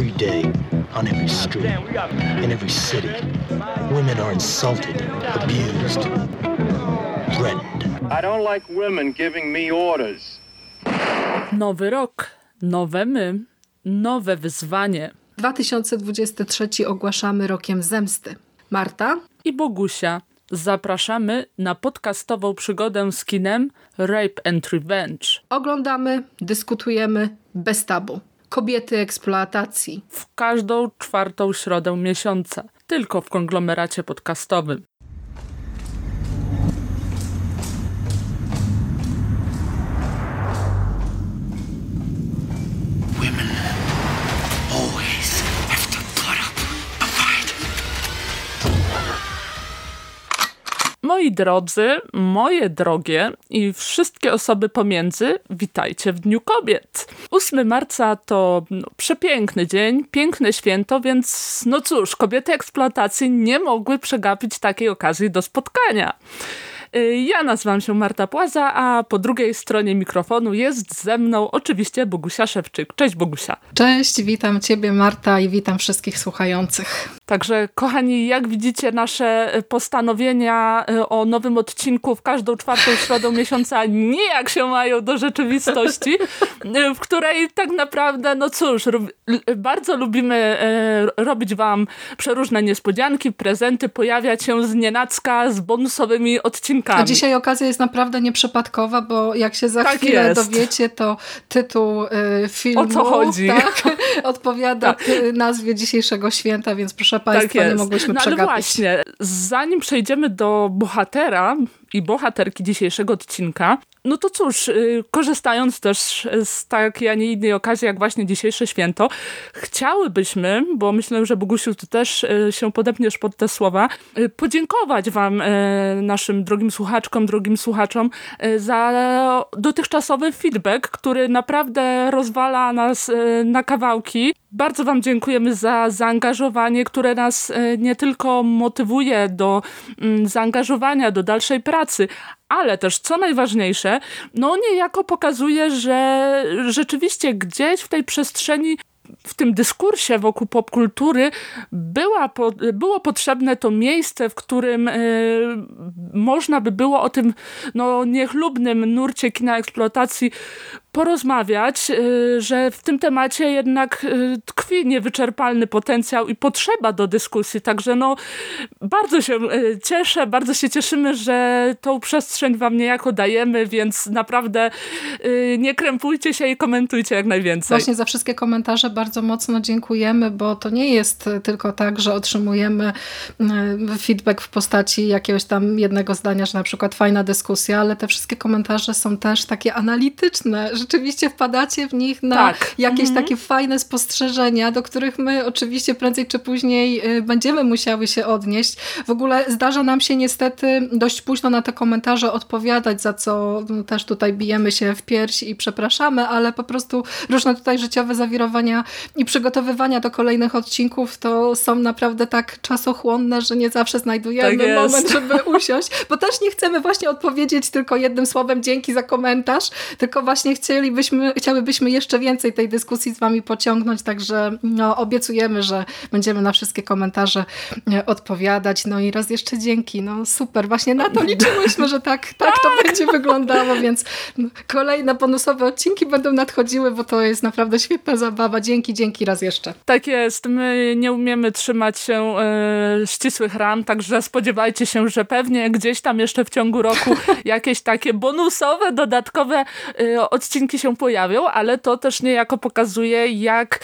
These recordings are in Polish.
Every day, on every street, in every city, women are insulted, abused, threatened. I don't like women giving me orders. Nowy rok, nowe my, nowe wyzwanie. 2023 ogłaszamy rokiem zemsty. Marta i Bogusia. Zapraszamy na podcastową przygodę z kinem Rape and Revenge. Oglądamy, dyskutujemy bez tabu. Kobiety eksploatacji. W każdą czwartą środę miesiąca. Tylko w konglomeracie podcastowym. Women always have to put up a fight. Moi drodzy, moje drogie i wszystkie osoby pomiędzy, witajcie w Dniu Kobiet. 8 marca to przepiękny dzień, piękne święto, więc no cóż, kobiety eksploatacji nie mogły przegapić takiej okazji do spotkania. Ja nazywam się Marta Płaza, a po drugiej stronie mikrofonu jest ze mną oczywiście Bogusia Szewczyk. Cześć Bogusia. Cześć, witam Ciebie Marta i witam wszystkich słuchających. Także kochani, jak widzicie, nasze postanowienia o nowym odcinku w każdą czwartą środę miesiąca nijak się mają do rzeczywistości, w której tak naprawdę, no cóż, bardzo lubimy robić wam przeróżne niespodzianki, prezenty, pojawiać się znienacka z bonusowymi odcinkami. A dzisiaj okazja jest naprawdę nieprzypadkowa, bo jak się za chwilę dowiecie, to tytuł filmu o co chodzi? Tak, odpowiada nazwie dzisiejszego święta, więc proszę Państwa, nie mogłyśmy przegapić. Ale właśnie, zanim przejdziemy do bohatera i bohaterki dzisiejszego odcinka, no to cóż, korzystając też z takiej, a nie innej okazji, jak właśnie dzisiejsze święto, chciałybyśmy, bo myślę, że Bogusiu, ty też się podepniesz pod te słowa, podziękować wam, naszym drogim słuchaczkom, drogim słuchaczom, za dotychczasowy feedback, który naprawdę rozwala nas na kawałki. Bardzo wam dziękujemy za zaangażowanie, które nas nie tylko motywuje do zaangażowania, do dalszej pracy, ale też, co najważniejsze, no niejako pokazuje, że rzeczywiście gdzieś w tej przestrzeni, w tym dyskursie wokół popkultury było potrzebne to miejsce, w którym można by było o tym niechlubnym nurcie kina eksploatacji porozmawiać, że w tym temacie jednak tkwi niewyczerpalny potencjał i potrzeba do dyskusji. Także bardzo się cieszę, bardzo się cieszymy, że tą przestrzeń wam niejako dajemy, więc naprawdę nie krępujcie się i komentujcie jak najwięcej. Właśnie za wszystkie komentarze bardzo mocno dziękujemy, bo to nie jest tylko tak, że otrzymujemy feedback w postaci jakiegoś tam jednego zdania, że na przykład fajna dyskusja, ale te wszystkie komentarze są też takie analityczne. Rzeczywiście wpadacie w nich na jakieś takie fajne spostrzeżenia, do których my oczywiście prędzej czy później będziemy musiały się odnieść. W ogóle zdarza nam się niestety dość późno na te komentarze odpowiadać, za co też tutaj bijemy się w pierś i przepraszamy, ale po prostu różne tutaj życiowe zawirowania i przygotowywania do kolejnych odcinków to są naprawdę tak czasochłonne, że nie zawsze znajdujemy moment, żeby usiąść, bo też nie chcemy właśnie odpowiedzieć tylko jednym słowem dzięki za komentarz, tylko właśnie chciałybyśmy jeszcze więcej tej dyskusji z wami pociągnąć, także obiecujemy, że będziemy na wszystkie komentarze odpowiadać. No i raz jeszcze dzięki. Super, właśnie na to liczyłyśmy, że tak to będzie wyglądało, więc kolejne bonusowe odcinki będą nadchodziły, bo to jest naprawdę świetna zabawa. Dzięki raz jeszcze. Tak jest, my nie umiemy trzymać się ścisłych ram, także spodziewajcie się, że pewnie gdzieś tam jeszcze w ciągu roku jakieś takie bonusowe, dodatkowe odcinki się pojawią, ale to też niejako pokazuje, jak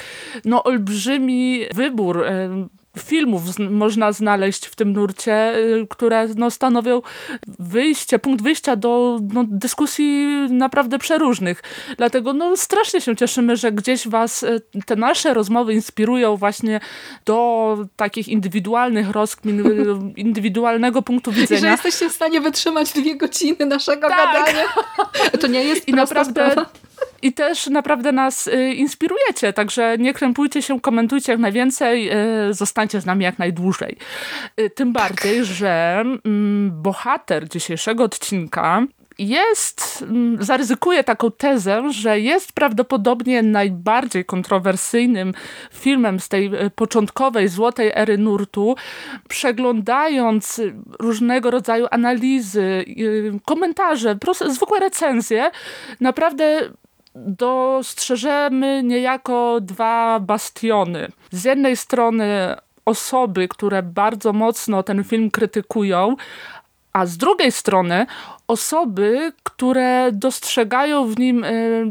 olbrzymi wybór filmów można znaleźć w tym nurcie, które stanowią punkt wyjścia do dyskusji naprawdę przeróżnych. Dlatego strasznie się cieszymy, że gdzieś was te nasze rozmowy inspirują właśnie do takich indywidualnych rozkmin, indywidualnego punktu widzenia. I że jesteście w stanie wytrzymać 2 godziny naszego gadania. To nie jest prosta sprawa. I też naprawdę nas inspirujecie, także nie krępujcie się, komentujcie jak najwięcej, zostańcie z nami jak najdłużej. Tym bardziej, że bohater dzisiejszego odcinka zaryzykuję taką tezę, że jest prawdopodobnie najbardziej kontrowersyjnym filmem z tej początkowej, złotej ery nurtu. Przeglądając różnego rodzaju analizy, komentarze, zwykłe recenzje, naprawdę dostrzeżemy niejako dwa bastiony. Z jednej strony osoby, które bardzo mocno ten film krytykują, a z drugiej strony osoby, które dostrzegają w nim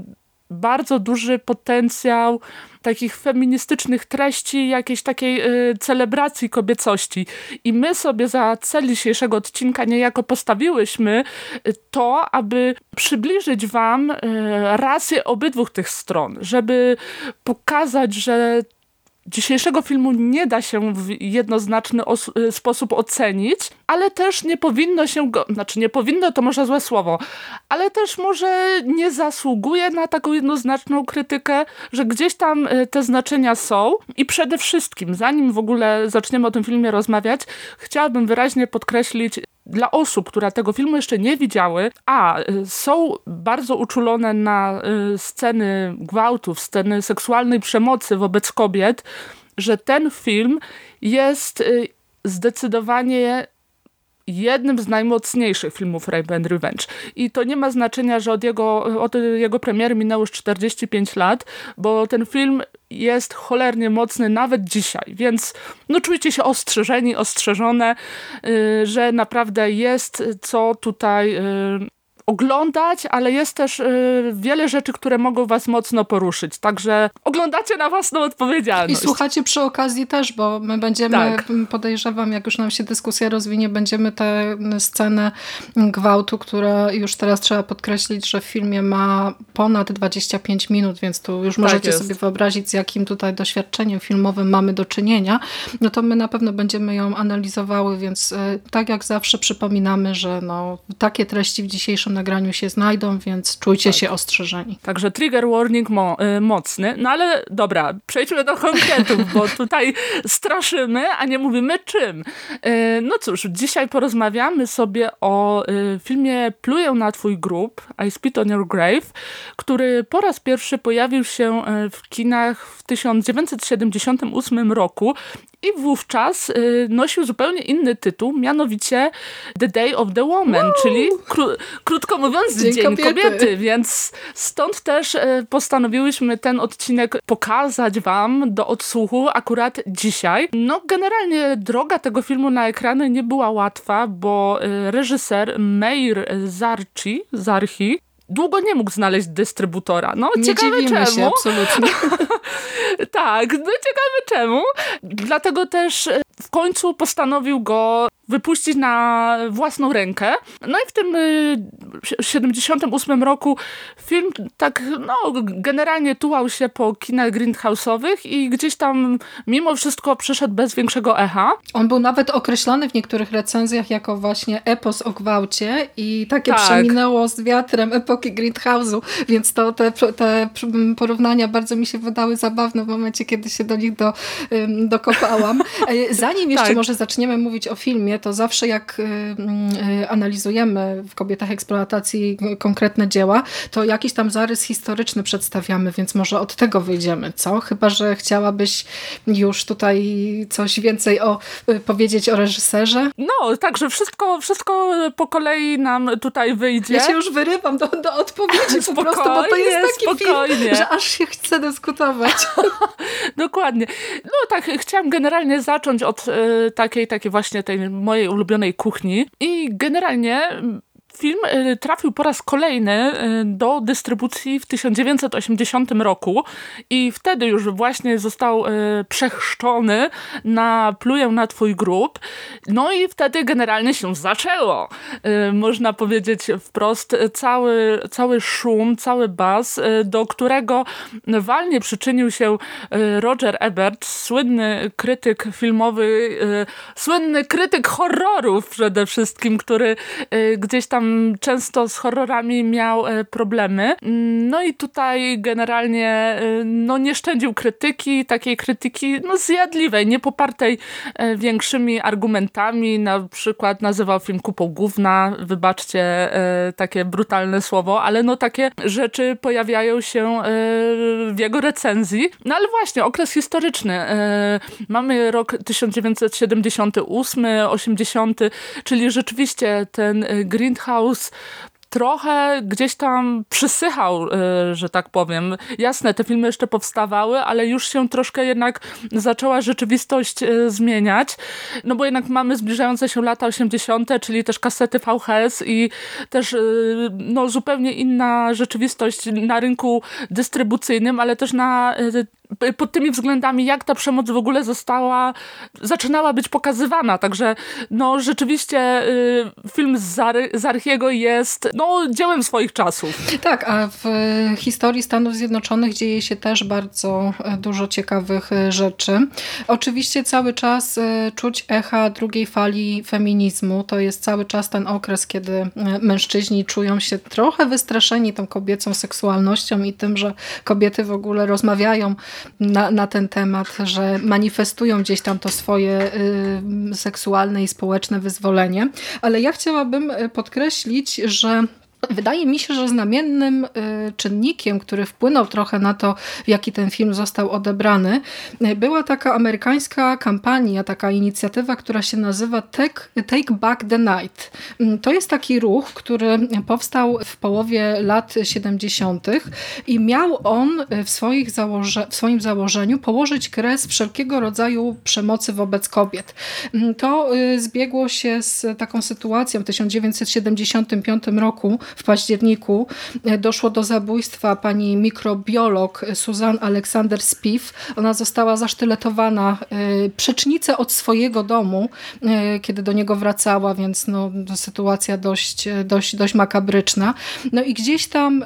bardzo duży potencjał takich feministycznych treści, jakiejś takiej celebracji kobiecości. I my sobie za cel dzisiejszego odcinka niejako postawiłyśmy to, aby przybliżyć wam rację obydwu tych stron, żeby pokazać, że dzisiejszego filmu nie da się w jednoznaczny sposób ocenić, ale też nie powinno się go, nie powinno, to może złe słowo, ale też może nie zasługuje na taką jednoznaczną krytykę, że gdzieś tam te znaczenia są i przede wszystkim, zanim w ogóle zaczniemy o tym filmie rozmawiać, chciałabym wyraźnie podkreślić dla osób, które tego filmu jeszcze nie widziały, a są bardzo uczulone na sceny gwałtów, sceny seksualnej przemocy wobec kobiet, że ten film jest zdecydowanie jednym z najmocniejszych filmów Rape and Revenge. I to nie ma znaczenia, że od jego premiery minęło już 45 lat, bo ten film jest cholernie mocny nawet dzisiaj, więc czujcie się ostrzeżeni, ostrzeżone, że naprawdę jest co tutaj oglądać, ale jest też wiele rzeczy, które mogą was mocno poruszyć. Także oglądacie na własną odpowiedzialność. I słuchacie przy okazji też, bo my będziemy, podejrzewam, jak już nam się dyskusja rozwinie, będziemy tę scenę gwałtu, która już teraz trzeba podkreślić, że w filmie ma ponad 25 minut, więc tu już możecie sobie wyobrazić, z jakim tutaj doświadczeniem filmowym mamy do czynienia. No to my na pewno będziemy ją analizowały, więc tak jak zawsze przypominamy, że takie treści w dzisiejszym nagraniu się znajdą, więc czujcie się ostrzeżeni. Także trigger warning mocny. No ale dobra, przejdźmy do konkretów, bo tutaj straszymy, a nie mówimy czym. No cóż, dzisiaj porozmawiamy sobie o filmie Pluję na twój grób, I Spit on Your Grave, który po raz pierwszy pojawił się w kinach w 1978 roku i wówczas nosił zupełnie inny tytuł, mianowicie The Day of the Woman, czyli krótko mówiąc Dzień Kobiety, więc stąd też postanowiłyśmy ten odcinek pokazać wam do odsłuchu akurat dzisiaj. Generalnie droga tego filmu na ekrany nie była łatwa, bo reżyser Meir Zarchi długo nie mógł znaleźć dystrybutora. Ciekawe czemu. Się, absolutnie. Tak, ciekawe czemu. Dlatego też w końcu postanowił go wypuścić na własną rękę. No i w tym 78 roku film tak generalnie tułał się po kinach grindhouse'owych i gdzieś tam mimo wszystko przeszedł bez większego echa. On był nawet określany w niektórych recenzjach jako właśnie epos o gwałcie i takie przeminęło z wiatrem epoki grindhouse'u, więc te porównania bardzo mi się wydały zabawne w momencie, kiedy się do nich dokopałam. Zanim jeszcze może zaczniemy mówić o filmie, to zawsze jak analizujemy w Kobietach eksploatacji konkretne dzieła, to jakiś tam zarys historyczny przedstawiamy, więc może od tego wyjdziemy, co? Chyba że chciałabyś już tutaj coś więcej powiedzieć o reżyserze? Także wszystko po kolei nam tutaj wyjdzie. Ja się już wyrywam do odpowiedzi po prostu, bo to jest taki film, że aż się chce dyskutować. Dokładnie. Chciałam generalnie zacząć od takiej właśnie tej mojej ulubionej kuchni i generalnie film trafił po raz kolejny do dystrybucji w 1980 roku i wtedy już właśnie został przechrzczony na Pluję na twój grób. No i wtedy generalnie się zaczęło. Można powiedzieć wprost cały szum, cały buzz, do którego walnie przyczynił się Roger Ebert, słynny krytyk filmowy, słynny krytyk horrorów przede wszystkim, który gdzieś tam tam często z horrorami miał problemy. No i tutaj generalnie nie szczędził krytyki, takiej krytyki zjadliwej, nie popartej większymi argumentami. Na przykład nazywał film kupą gówna, wybaczcie takie brutalne słowo, ale takie rzeczy pojawiają się w jego recenzji. No ale właśnie, okres historyczny. Mamy rok 1978, 80, czyli rzeczywiście ten Grindhouse trochę gdzieś tam przysychał, że tak powiem. Jasne, te filmy jeszcze powstawały, ale już się troszkę jednak zaczęła rzeczywistość zmieniać. No bo jednak mamy zbliżające się lata 80., czyli też kasety VHS i też zupełnie inna rzeczywistość na rynku dystrybucyjnym, ale też pod tymi względami, jak ta przemoc w ogóle zaczynała być pokazywana. Także rzeczywiście film z Zarchiego jest dziełem swoich czasów. Tak, a w historii Stanów Zjednoczonych dzieje się też bardzo dużo ciekawych rzeczy. Oczywiście cały czas czuć echa drugiej fali feminizmu. To jest cały czas ten okres, kiedy mężczyźni czują się trochę wystraszeni tą kobiecą seksualnością i tym, że kobiety w ogóle rozmawiają na ten temat, że manifestują gdzieś tam to swoje seksualne i społeczne wyzwolenie. Ale ja chciałabym podkreślić, że wydaje mi się, że znamiennym czynnikiem, który wpłynął trochę na to, w jaki ten film został odebrany, była taka amerykańska kampania, taka inicjatywa, która się nazywa Take Back the Night. To jest taki ruch, który powstał w połowie lat 70. i miał on w swoim założeniu położyć kres wszelkiego rodzaju przemocy wobec kobiet. To zbiegło się z taką sytuacją w 1975 roku, w październiku doszło do zabójstwa pani mikrobiolog Susan Alexander Spieth. Ona została zasztyletowana przecznicę od swojego domu, kiedy do niego wracała, więc sytuacja dość makabryczna. No i gdzieś tam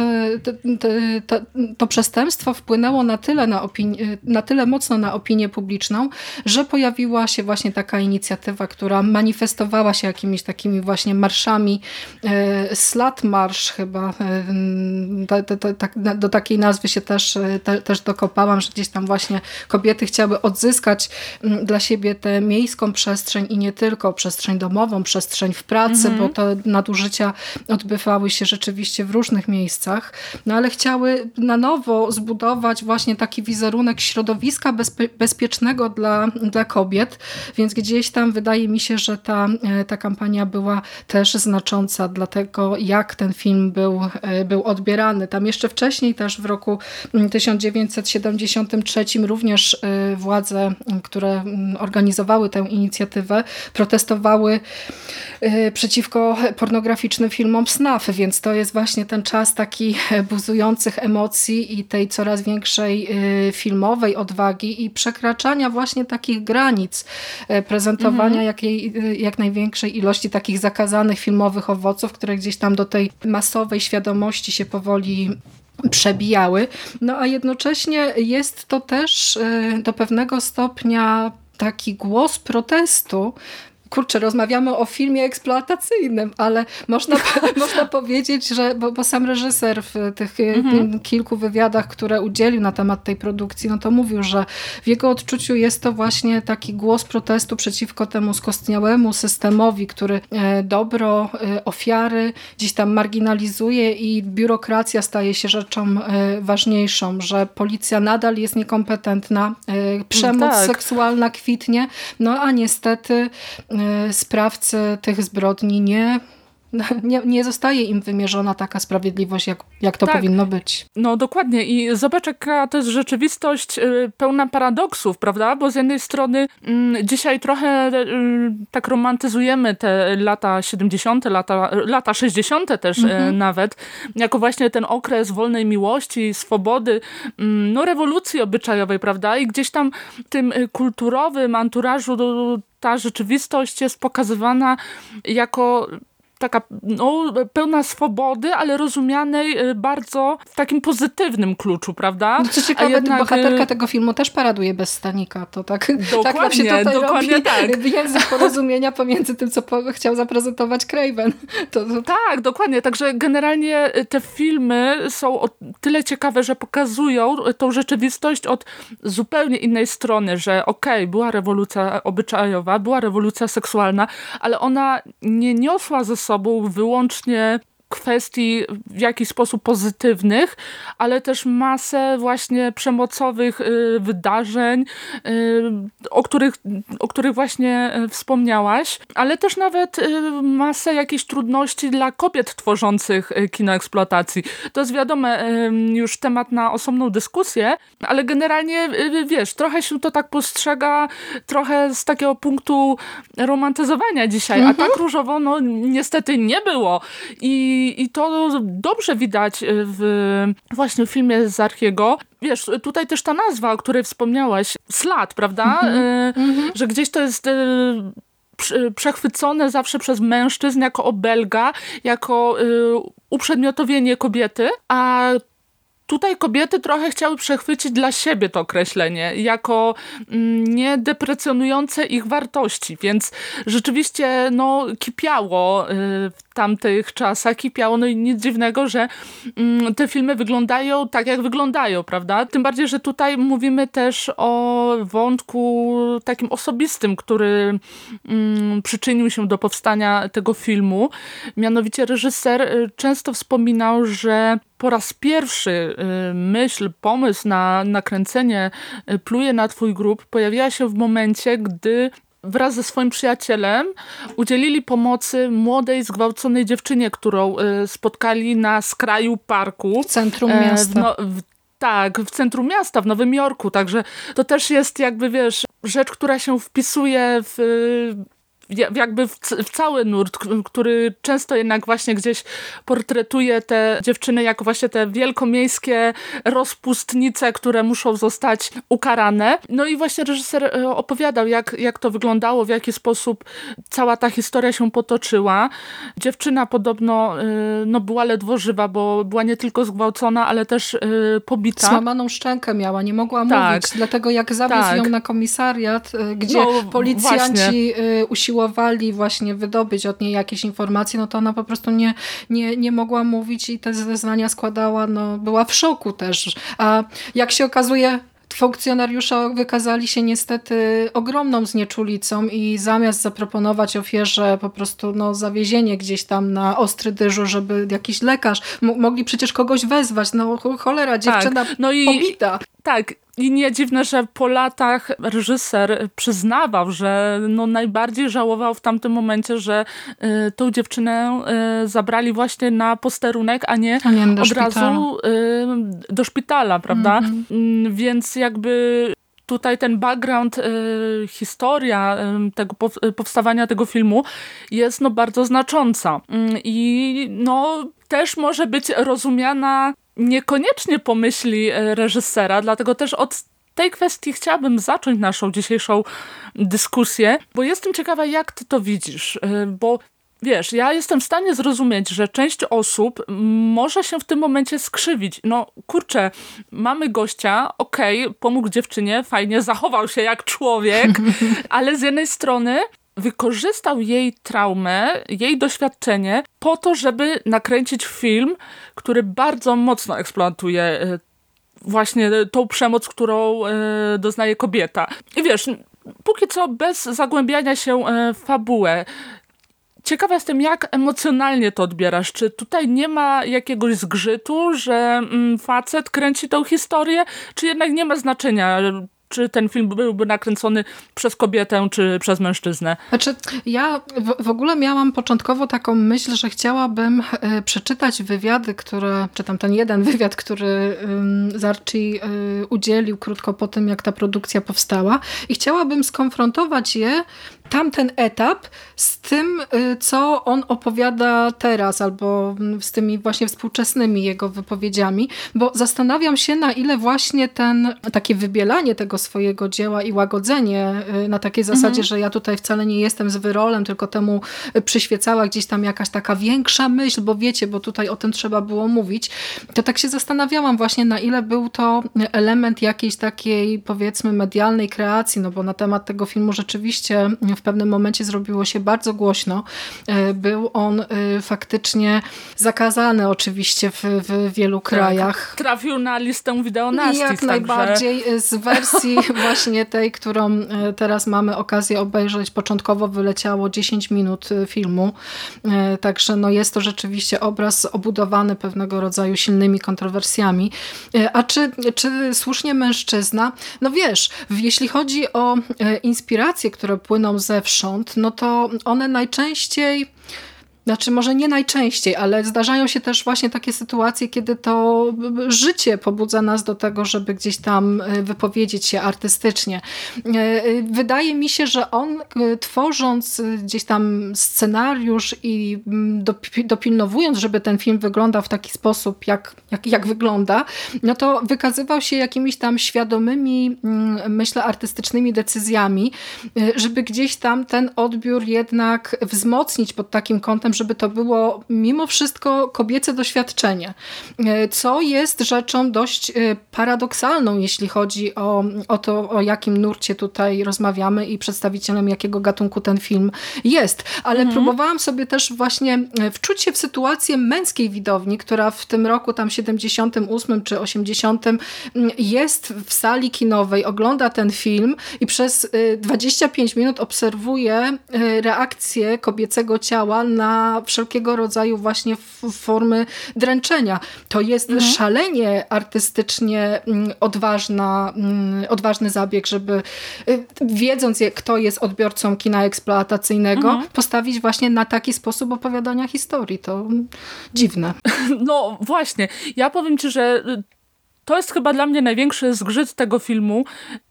to przestępstwo wpłynęło na tyle mocno na opinię publiczną, że pojawiła się właśnie taka inicjatywa, która manifestowała się jakimiś takimi właśnie marszami, Slut Marsz chyba, do takiej nazwy się też dokopałam, że gdzieś tam właśnie kobiety chciały odzyskać dla siebie tę miejską przestrzeń i nie tylko przestrzeń domową, przestrzeń w pracy, bo te nadużycia odbywały się rzeczywiście w różnych miejscach, ale chciały na nowo zbudować właśnie taki wizerunek środowiska bezpiecznego dla kobiet, więc gdzieś tam wydaje mi się, że ta kampania była też znacząca dla tego, jak ten film był odbierany. Tam jeszcze wcześniej, też w roku 1973 również władze, które organizowały tę inicjatywę, protestowały przeciwko pornograficznym filmom snuff, więc to jest właśnie ten czas taki buzujących emocji i tej coraz większej filmowej odwagi i przekraczania właśnie takich granic, prezentowania jak największej ilości takich zakazanych filmowych owoców, które gdzieś tam do tej masowej świadomości się powoli przebijały. A jednocześnie jest to też do pewnego stopnia taki głos protestu. Kurczę, rozmawiamy o filmie eksploatacyjnym, ale można powiedzieć, że bo sam reżyser w tych kilku wywiadach, które udzielił na temat tej produkcji, to mówił, że w jego odczuciu jest to właśnie taki głos protestu przeciwko temu skostniałemu systemowi, który dobro ofiary gdzieś tam marginalizuje i biurokracja staje się rzeczą ważniejszą, że policja nadal jest niekompetentna, przemoc seksualna kwitnie, a niestety sprawcy tych zbrodni nie zostaje im wymierzona taka sprawiedliwość, jak to powinno być. Dokładnie. I zobacz, jaka to jest rzeczywistość pełna paradoksów, prawda? Bo z jednej strony dzisiaj trochę tak romantyzujemy te lata 70., lata 60. też nawet, jako właśnie ten okres wolnej miłości, swobody, rewolucji obyczajowej, prawda? I gdzieś tam w tym kulturowym anturażu ta rzeczywistość jest pokazywana jako taka pełna swobody, ale rozumianej bardzo w takim pozytywnym kluczu, prawda? No co ciekawe, jednak bohaterka tego filmu też paraduje bez stanika. To tak nam się tutaj robi język porozumienia pomiędzy tym, co chciał zaprezentować Craven. Tak, dokładnie. Także generalnie te filmy są o tyle ciekawe, że pokazują tą rzeczywistość od zupełnie innej strony, że była rewolucja obyczajowa, była rewolucja seksualna, ale ona nie niosła ze sobą wyłącznie kwestii w jakiś sposób pozytywnych, ale też masę właśnie przemocowych wydarzeń, o których właśnie wspomniałaś, ale też nawet masę jakichś trudności dla kobiet tworzących kino eksploatacji. To jest wiadome już temat na osobną dyskusję, ale generalnie wiesz, trochę się to tak postrzega trochę z takiego punktu romantyzowania dzisiaj, a tak różowo niestety nie było. I to dobrze widać właśnie w filmie Zarchiego. Wiesz, tutaj też ta nazwa, o której wspomniałaś, slut, prawda? Że gdzieś to jest przechwycone zawsze przez mężczyzn jako obelga, jako uprzedmiotowienie kobiety, a tutaj kobiety trochę chciały przechwycić dla siebie to określenie, jako niedeprecjonujące ich wartości, więc rzeczywiście kipiało w tamtych czasach, kipiało, i nic dziwnego, że te filmy wyglądają tak, jak wyglądają, prawda? Tym bardziej, że tutaj mówimy też o wątku takim osobistym, który przyczynił się do powstania tego filmu. Mianowicie reżyser często wspominał, że po raz pierwszy pomysł na nakręcenie Pluje na twój grób pojawiła się w momencie, gdy wraz ze swoim przyjacielem udzielili pomocy młodej, zgwałconej dziewczynie, którą spotkali na skraju parku. W centrum miasta. W centrum miasta, w Nowym Jorku. Także to też jest jakby, wiesz, rzecz, która się wpisuje jakby w cały nurt, który często jednak właśnie gdzieś portretuje te dziewczyny jako właśnie te wielkomiejskie rozpustnice, które muszą zostać ukarane. No i właśnie reżyser opowiadał, jak to wyglądało, w jaki sposób cała ta historia się potoczyła. Dziewczyna podobno była ledwo żywa, bo była nie tylko zgwałcona, ale też pobita. Złamaną szczękę miała, nie mogła mówić, dlatego jak zawiózł ją na komisariat, gdzie policjanci usiłowali właśnie wydobyć od niej jakieś informacje, to ona po prostu nie mogła mówić i te zeznania składała, była w szoku też. A jak się okazuje, funkcjonariusze wykazali się niestety ogromną znieczulicą i zamiast zaproponować ofierze po prostu zawiezienie gdzieś tam na ostry dyżur, żeby jakiś lekarz, mogli przecież kogoś wezwać, cholera, dziewczyna pobita. Tak. I nie dziwne, że po latach reżyser przyznawał, że najbardziej żałował w tamtym momencie, że tą dziewczynę zabrali właśnie na posterunek, a nie od razu do szpitala, prawda? Więc jakby tutaj ten background, historia tego powstawania tego filmu jest bardzo znacząca. I też może być rozumiana niekoniecznie po myśli reżysera, dlatego też od tej kwestii chciałabym zacząć naszą dzisiejszą dyskusję, bo jestem ciekawa, jak ty to widzisz, bo wiesz, ja jestem w stanie zrozumieć, że część osób może się w tym momencie skrzywić. Kurczę, mamy gościa, pomógł dziewczynie, fajnie, zachował się jak człowiek, ale z jednej strony wykorzystał jej traumę, jej doświadczenie po to, żeby nakręcić film, który bardzo mocno eksploatuje właśnie tą przemoc, którą doznaje kobieta. I wiesz, póki co bez zagłębiania się w fabułę, ciekawa jestem, jak emocjonalnie to odbierasz. Czy tutaj nie ma jakiegoś zgrzytu, że facet kręci tą historię, czy jednak nie ma znaczenia, czy ten film byłby nakręcony przez kobietę, czy przez mężczyznę? Znaczy, ja w ogóle miałam początkowo taką myśl, że chciałabym przeczytać wywiady, czy tam ten jeden wywiad, który Zarchi udzielił krótko po tym, jak ta produkcja powstała, i chciałabym skonfrontować tamten etap z tym, co on opowiada teraz, albo z tymi właśnie współczesnymi jego wypowiedziami, bo zastanawiam się, na ile właśnie takie wybielanie tego swojego dzieła i łagodzenie na takiej zasadzie, że ja tutaj wcale nie jestem z wyrolem, tylko temu przyświecała gdzieś tam jakaś taka większa myśl, bo wiecie, bo tutaj o tym trzeba było mówić, to tak się zastanawiałam właśnie, na ile był to element jakiejś takiej, powiedzmy, medialnej kreacji, no bo na temat tego filmu rzeczywiście w pewnym momencie zrobiło się bardzo głośno. Był on faktycznie zakazany oczywiście w wielu krajach. Trafił na listę wideonastis. Jak najbardziej. Z wersji właśnie tej, którą teraz mamy okazję obejrzeć, początkowo wyleciało 10 minut filmu. Także no jest to rzeczywiście obraz obudowany pewnego rodzaju silnymi kontrowersjami. A czy słusznie mężczyzna? No wiesz, jeśli chodzi o inspiracje, które płyną zewsząd, no to one najczęściej, znaczy może nie najczęściej, ale zdarzają się też właśnie takie sytuacje, kiedy to życie pobudza nas do tego, żeby gdzieś tam wypowiedzieć się artystycznie. Wydaje mi się, że on tworząc gdzieś tam scenariusz i dopilnowując, żeby ten film wyglądał w taki sposób, jak wygląda, no to wykazywał się jakimiś tam świadomymi, myślę, artystycznymi decyzjami, żeby gdzieś tam ten odbiór jednak wzmocnić pod takim kątem, żeby to było mimo wszystko kobiece doświadczenie, co jest rzeczą dość paradoksalną, jeśli chodzi o to, o jakim nurcie tutaj rozmawiamy i przedstawicielem jakiego gatunku ten film jest. Ale próbowałam sobie też właśnie wczuć się w sytuację męskiej widowni, która w tym roku tam 78 czy 80 jest w sali kinowej, ogląda ten film i przez 25 minut obserwuje reakcję kobiecego ciała na wszelkiego rodzaju właśnie formy dręczenia. To jest szalenie artystycznie odważny zabieg, żeby wiedząc, kto jest odbiorcą kina eksploatacyjnego, postawić właśnie na taki sposób opowiadania historii. To dziwne. No właśnie. Ja powiem ci, że to jest chyba dla mnie największy zgrzyt tego filmu,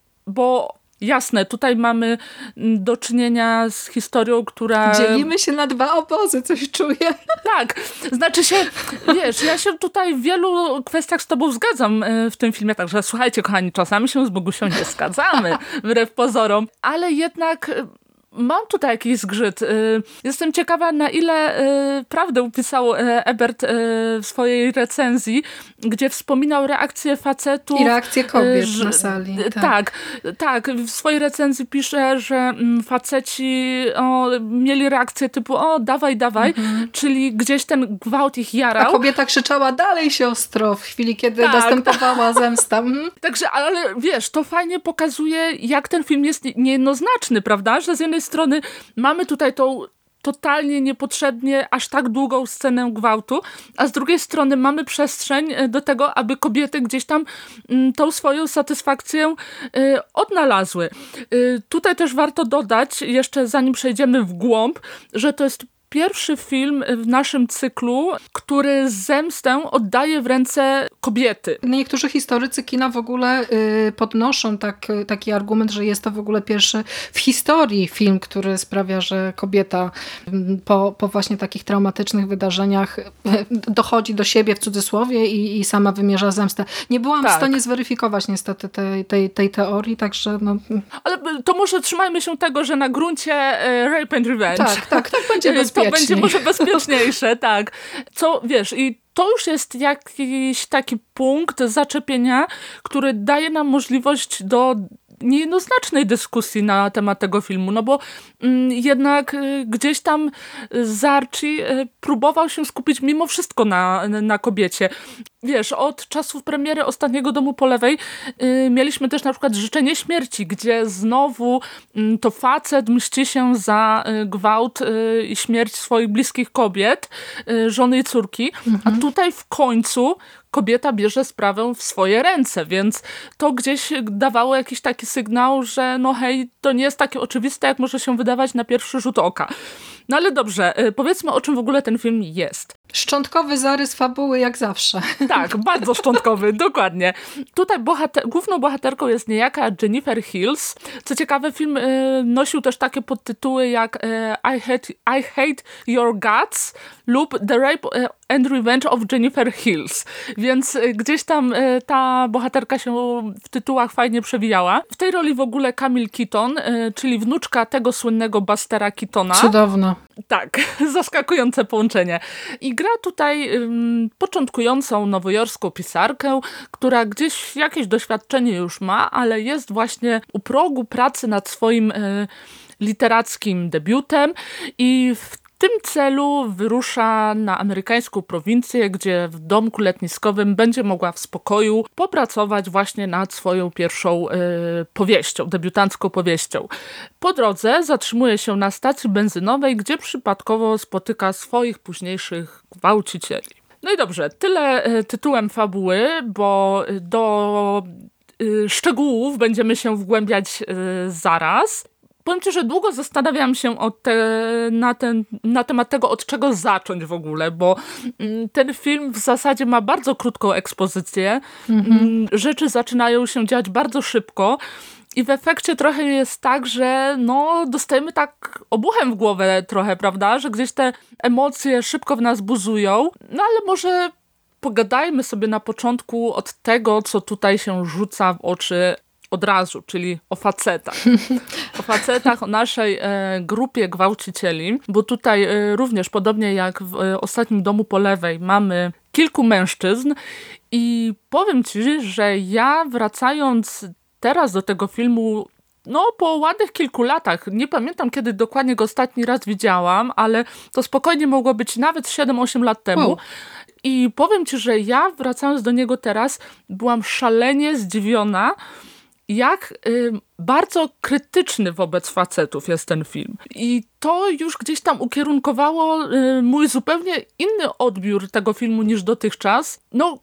bo jasne, tutaj mamy do czynienia z historią, która... Dzielimy się na dwa obozy, coś czuję. Tak, znaczy się, wiesz, ja się tutaj w wielu kwestiach z tobą zgadzam w tym filmie, także słuchajcie, kochani, czasami się z Bogusią nie zgadzamy, wbrew pozorom, ale jednak... Mam tutaj jakiś zgrzyt. Jestem ciekawa, na ile prawdę upisał Ebert w swojej recenzji, gdzie wspominał reakcję facetów. I reakcję kobiet na sali. Tak. W swojej recenzji pisze, że faceci mieli reakcję typu dawaj, czyli gdzieś ten gwałt ich jarał. A kobieta krzyczała dalej siostro w chwili, kiedy następowała zemsta. Także, ale wiesz, to fajnie pokazuje, jak ten film jest niejednoznaczny, prawda? Że z jednej strony mamy tutaj tą totalnie niepotrzebnie aż tak długą scenę gwałtu, a z drugiej strony mamy przestrzeń do tego, aby kobiety gdzieś tam tą swoją satysfakcję odnalazły. Tutaj też warto dodać, jeszcze zanim przejdziemy w głąb, że to jest pierwszy film w naszym cyklu, który zemstę oddaje w ręce kobiety. Niektórzy historycy kina w ogóle podnoszą taki argument, że jest to w ogóle pierwszy w historii film, który sprawia, że kobieta po właśnie takich traumatycznych wydarzeniach dochodzi do siebie w cudzysłowie i sama wymierza zemstę. Nie byłam w stanie zweryfikować niestety tej teorii, także no... Ale to może trzymajmy się tego, że na gruncie rape and revenge. Tak będzie bezpiecznie. To będzie może bezpieczniejsze, tak. Co, wiesz, i to już jest jakiś taki punkt zaczepienia, który daje nam możliwość do niejednoznacznej dyskusji na temat tego filmu, no bo jednak gdzieś tam Zarchi próbował się skupić mimo wszystko na kobiecie. Wiesz, od czasów premiery Ostatniego domu po lewej mieliśmy też na przykład Życzenie śmierci, gdzie znowu to facet mści się za gwałt i śmierć swoich bliskich kobiet, żony i córki, a tutaj w końcu kobieta bierze sprawę w swoje ręce, więc to gdzieś dawało jakiś taki sygnał, że no hej, to nie jest takie oczywiste, jak może się wydawać na pierwszy rzut oka. No ale dobrze, powiedzmy, o czym w ogóle ten film jest. Szczątkowy zarys fabuły jak zawsze. Tak, bardzo szczątkowy, dokładnie. Tutaj główną bohaterką jest niejaka Jennifer Hills. Co ciekawe, film nosił też takie podtytuły jak I Hate Your Guts lub The Rape and Revenge of Jennifer Hills. Więc gdzieś tam ta bohaterka się w tytułach fajnie przewijała. W tej roli w ogóle Camille Keaton, czyli wnuczka tego słynnego Bustera Keatona. Cudowno. Tak, zaskakujące połączenie. I gra tutaj początkującą nowojorską pisarkę, która gdzieś jakieś doświadczenie już ma, ale jest właśnie u progu pracy nad swoim literackim debiutem i w tym celu wyrusza na amerykańską prowincję, gdzie w domku letniskowym będzie mogła w spokoju popracować właśnie nad swoją pierwszą powieścią, debiutancką powieścią. Po drodze zatrzymuje się na stacji benzynowej, gdzie przypadkowo spotyka swoich późniejszych gwałcicieli. No i dobrze, tyle tytułem fabuły, bo do szczegółów będziemy się wgłębiać zaraz. Powiem ci, że długo zastanawiałam się na temat tego, od czego zacząć w ogóle, bo ten film w zasadzie ma bardzo krótką ekspozycję. Rzeczy zaczynają się dziać bardzo szybko i w efekcie trochę jest tak, że dostajemy tak obuchem w głowę trochę, prawda? Że gdzieś te emocje szybko w nas buzują. No ale może pogadajmy sobie na początku od tego, co tutaj się rzuca w oczy od razu, czyli o facetach. O facetach, o naszej grupie gwałcicieli, bo tutaj również podobnie jak w Ostatnim domu po lewej mamy kilku mężczyzn i powiem ci, że ja wracając teraz do tego filmu po ładnych kilku latach, nie pamiętam kiedy dokładnie go ostatni raz widziałam, ale to spokojnie mogło być nawet 7-8 lat temu. Wow. I powiem ci, że ja wracając do niego teraz byłam szalenie zdziwiona, jak bardzo krytyczny wobec facetów jest ten film. I to już gdzieś tam ukierunkowało mój zupełnie inny odbiór tego filmu niż dotychczas.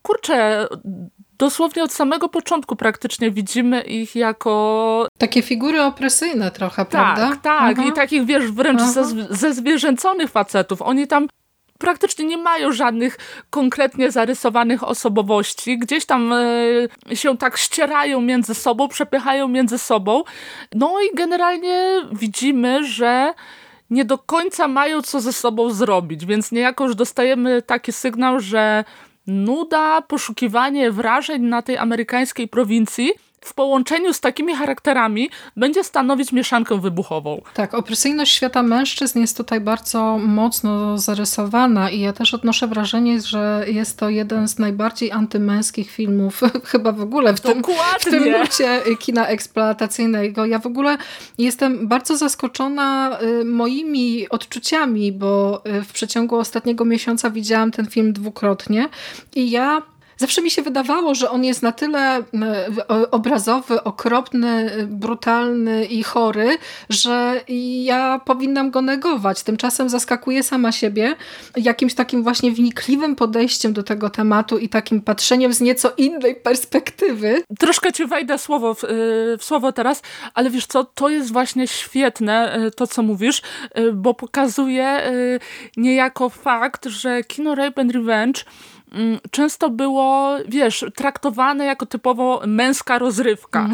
Dosłownie od samego początku praktycznie widzimy ich jako... Takie figury opresyjne trochę, prawda? Tak. I takich, wręcz zezwierzęconych facetów. Oni tam praktycznie nie mają żadnych konkretnie zarysowanych osobowości. Gdzieś tam się tak ścierają między sobą, przepychają między sobą. No i generalnie widzimy, że nie do końca mają co ze sobą zrobić, więc niejako już dostajemy taki sygnał, że nuda, poszukiwanie wrażeń na tej amerykańskiej prowincji w połączeniu z takimi charakterami będzie stanowić mieszankę wybuchową. Tak, opresyjność świata mężczyzn jest tutaj bardzo mocno zarysowana i ja też odnoszę wrażenie, że jest to jeden z najbardziej antymęskich filmów chyba w ogóle w tym nurcie kina eksploatacyjnego. Ja w ogóle jestem bardzo zaskoczona moimi odczuciami, bo w przeciągu ostatniego miesiąca widziałam ten film dwukrotnie i zawsze mi się wydawało, że on jest na tyle obrazowy, okropny, brutalny i chory, że ja powinnam go negować. Tymczasem zaskakuję sama siebie jakimś takim właśnie wnikliwym podejściem do tego tematu i takim patrzeniem z nieco innej perspektywy. Troszkę ci wejdę w słowo teraz, ale wiesz co, to jest właśnie świetne, to co mówisz, bo pokazuje niejako fakt, że kino Rape and Revenge często było, traktowane jako typowo męska rozrywka.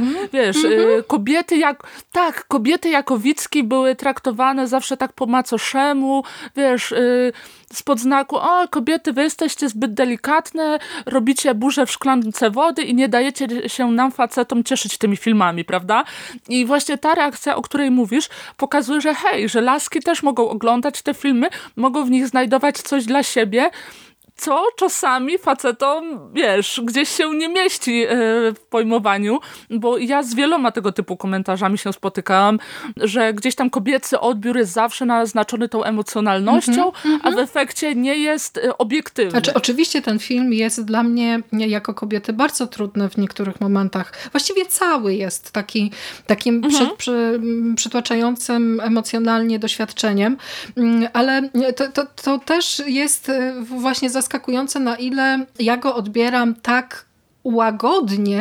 Kobiety jako Wicki były traktowane zawsze tak po macoszemu, spod znaku, kobiety, wy jesteście zbyt delikatne, robicie burzę w szklance wody i nie dajecie się nam facetom cieszyć tymi filmami, prawda? I właśnie ta reakcja, o której mówisz, pokazuje, że że laski też mogą oglądać te filmy, mogą w nich znajdować coś dla siebie, co czasami facetom, gdzieś się nie mieści w pojmowaniu, bo ja z wieloma tego typu komentarzami się spotykałam, że gdzieś tam kobiecy odbiór jest zawsze naznaczony tą emocjonalnością, a w efekcie nie jest obiektywny. Znaczy, oczywiście ten film jest dla mnie jako kobiety bardzo trudny w niektórych momentach. Właściwie cały jest takim przytłaczającym emocjonalnie doświadczeniem, ale to też jest właśnie zaskakujące, na ile ja go odbieram tak łagodnie,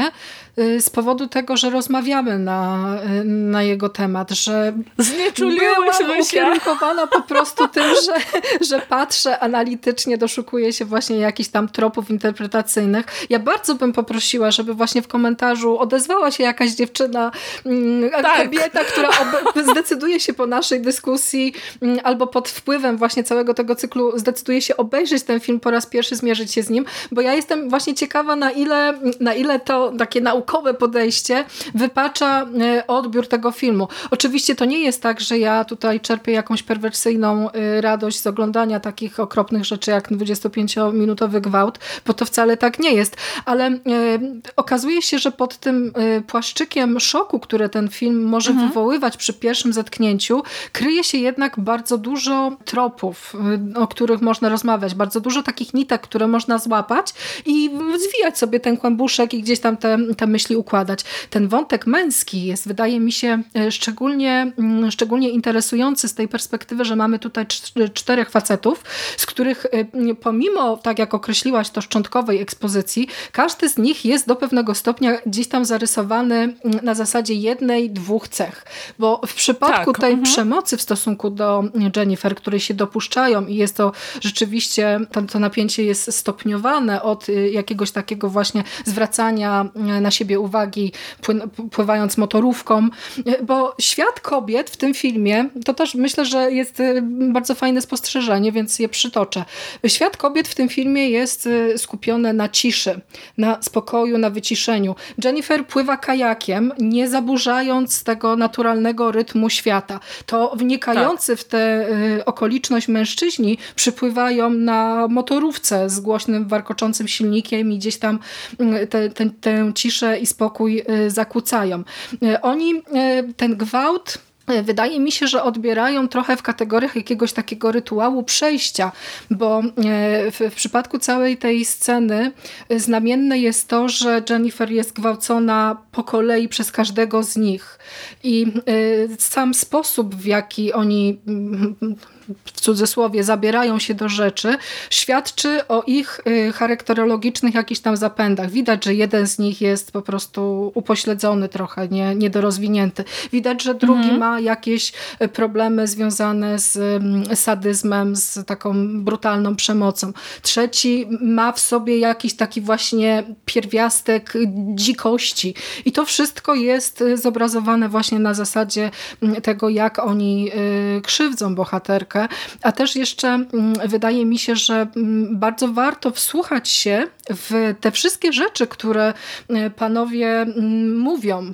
z powodu tego, że rozmawiamy na jego temat, że byłam ukierunkowana po prostu tym, że patrzę analitycznie, doszukuję się właśnie jakichś tam tropów interpretacyjnych. Ja bardzo bym poprosiła, żeby właśnie w komentarzu odezwała się jakaś dziewczyna, kobieta, która zdecyduje się po naszej dyskusji albo pod wpływem właśnie całego tego cyklu zdecyduje się obejrzeć ten film po raz pierwszy, zmierzyć się z nim, bo ja jestem właśnie ciekawa, na ile to takie naukowe podejście wypacza odbiór tego filmu. Oczywiście to nie jest tak, że ja tutaj czerpię jakąś perwersyjną radość z oglądania takich okropnych rzeczy jak 25-minutowy gwałt, bo to wcale tak nie jest, ale okazuje się, że pod tym płaszczykiem szoku, które ten film może wywoływać przy pierwszym zetknięciu, kryje się jednak bardzo dużo tropów, o których można rozmawiać, bardzo dużo takich nitek, które można złapać i zwijać sobie ten kłębuszek i gdzieś tam te myśli układać. Ten wątek męski jest, wydaje mi się, szczególnie interesujący z tej perspektywy, że mamy tutaj 4 facetów, z których pomimo, tak jak określiłaś to, szczątkowej ekspozycji, każdy z nich jest do pewnego stopnia gdzieś tam zarysowany na zasadzie 1-2 cech. Bo w przypadku tej przemocy w stosunku do Jennifer, której się dopuszczają i jest to rzeczywiście, to napięcie jest stopniowane od jakiegoś takiego właśnie zwracania na siebie uwagi, pływając motorówką, bo świat kobiet w tym filmie, to też myślę, że jest bardzo fajne spostrzeżenie, więc je przytoczę. Świat kobiet w tym filmie jest skupiony na ciszy, na spokoju, na wyciszeniu. Jennifer pływa kajakiem, nie zaburzając tego naturalnego rytmu świata. To wnikający w tę okoliczność mężczyźni przypływają na motorówce z głośnym, warkoczącym silnikiem i gdzieś tam tę ciszę i spokój zakłócają. Oni ten gwałt, wydaje mi się, że odbierają trochę w kategoriach jakiegoś takiego rytuału przejścia, bo w przypadku całej tej sceny znamienne jest to, że Jennifer jest gwałcona po kolei przez każdego z nich. I sam sposób, w jaki oni w cudzysłowie zabierają się do rzeczy, świadczy o ich charakterologicznych jakichś tam zapędach. Widać, że jeden z nich jest po prostu upośledzony trochę, niedorozwinięty. Widać, że drugi ma jakieś problemy związane z sadyzmem, z taką brutalną przemocą. Trzeci ma w sobie jakiś taki właśnie pierwiastek dzikości. I to wszystko jest zobrazowane właśnie na zasadzie tego, jak oni krzywdzą bohaterkę. A też jeszcze wydaje mi się, że bardzo warto wsłuchać się w te wszystkie rzeczy, które panowie mówią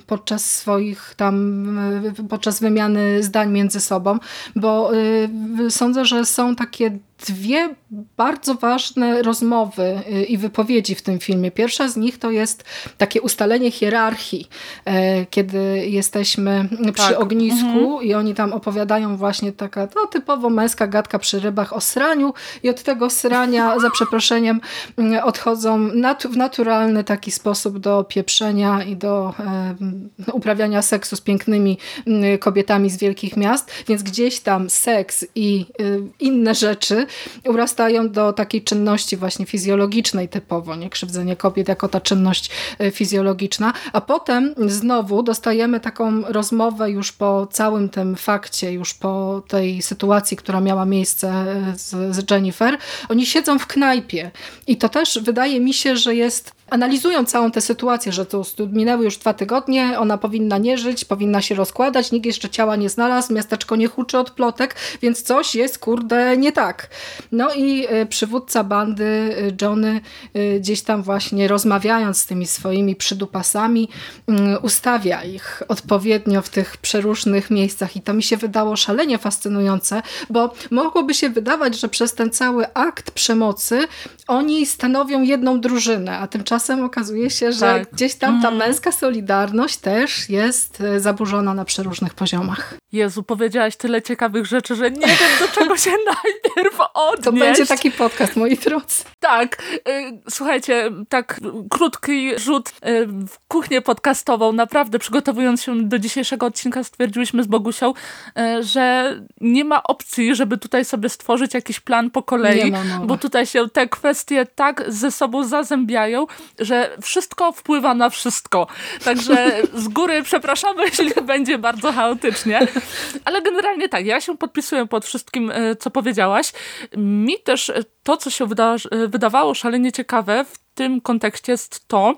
podczas wymiany zdań między sobą, bo sądzę, że są takie 2 bardzo ważne rozmowy i wypowiedzi w tym filmie. Pierwsza z nich to jest takie ustalenie hierarchii, kiedy jesteśmy przy ognisku i oni tam opowiadają właśnie taka typowo męska gadka przy rybach o sraniu i od tego srania, za przeproszeniem, odchodzą w naturalny taki sposób do pieprzenia i do uprawiania seksu z pięknymi kobietami z wielkich miast, więc gdzieś tam seks i inne rzeczy urastają do takiej czynności właśnie fizjologicznej typowo, nie krzywdzenie kobiet jako ta czynność fizjologiczna, a potem znowu dostajemy taką rozmowę już po całym tym fakcie, już po tej sytuacji, która miała miejsce z Jennifer. Oni siedzą w knajpie i to też wydaje mi się, że analizują całą tę sytuację, że to minęły już 2 tygodnie, ona powinna nie żyć, powinna się rozkładać, nikt jeszcze ciała nie znalazł, miasteczko nie huczy od plotek, więc coś jest, nie tak. No i przywódca bandy, Johnny, gdzieś tam właśnie rozmawiając z tymi swoimi przydupasami, ustawia ich odpowiednio w tych przeróżnych miejscach i to mi się wydało szalenie fascynujące, bo mogłoby się wydawać, że przez ten cały akt przemocy oni stanowią jedną drużynę, a tymczasem okazuje się, że gdzieś tam ta męska solidarność też jest zaburzona na przeróżnych poziomach. Jezu, powiedziałaś tyle ciekawych rzeczy, że nie wiem, do czego się najpierw odnieść. To będzie taki podcast, moi drodzy. Tak. Słuchajcie, tak krótki rzut w kuchnię podcastową. Naprawdę, przygotowując się do dzisiejszego odcinka, stwierdziłyśmy z Bogusią, że nie ma opcji, żeby tutaj sobie stworzyć jakiś plan po kolei, bo tutaj się te kwestie tak ze sobą zazębiają, że wszystko wpływa na wszystko. Także z góry przepraszamy, jeśli będzie bardzo chaotycznie. Ale generalnie tak, ja się podpisuję pod wszystkim, co powiedziałaś. Mi też to, co się wydawało szalenie ciekawe w tym kontekście jest to,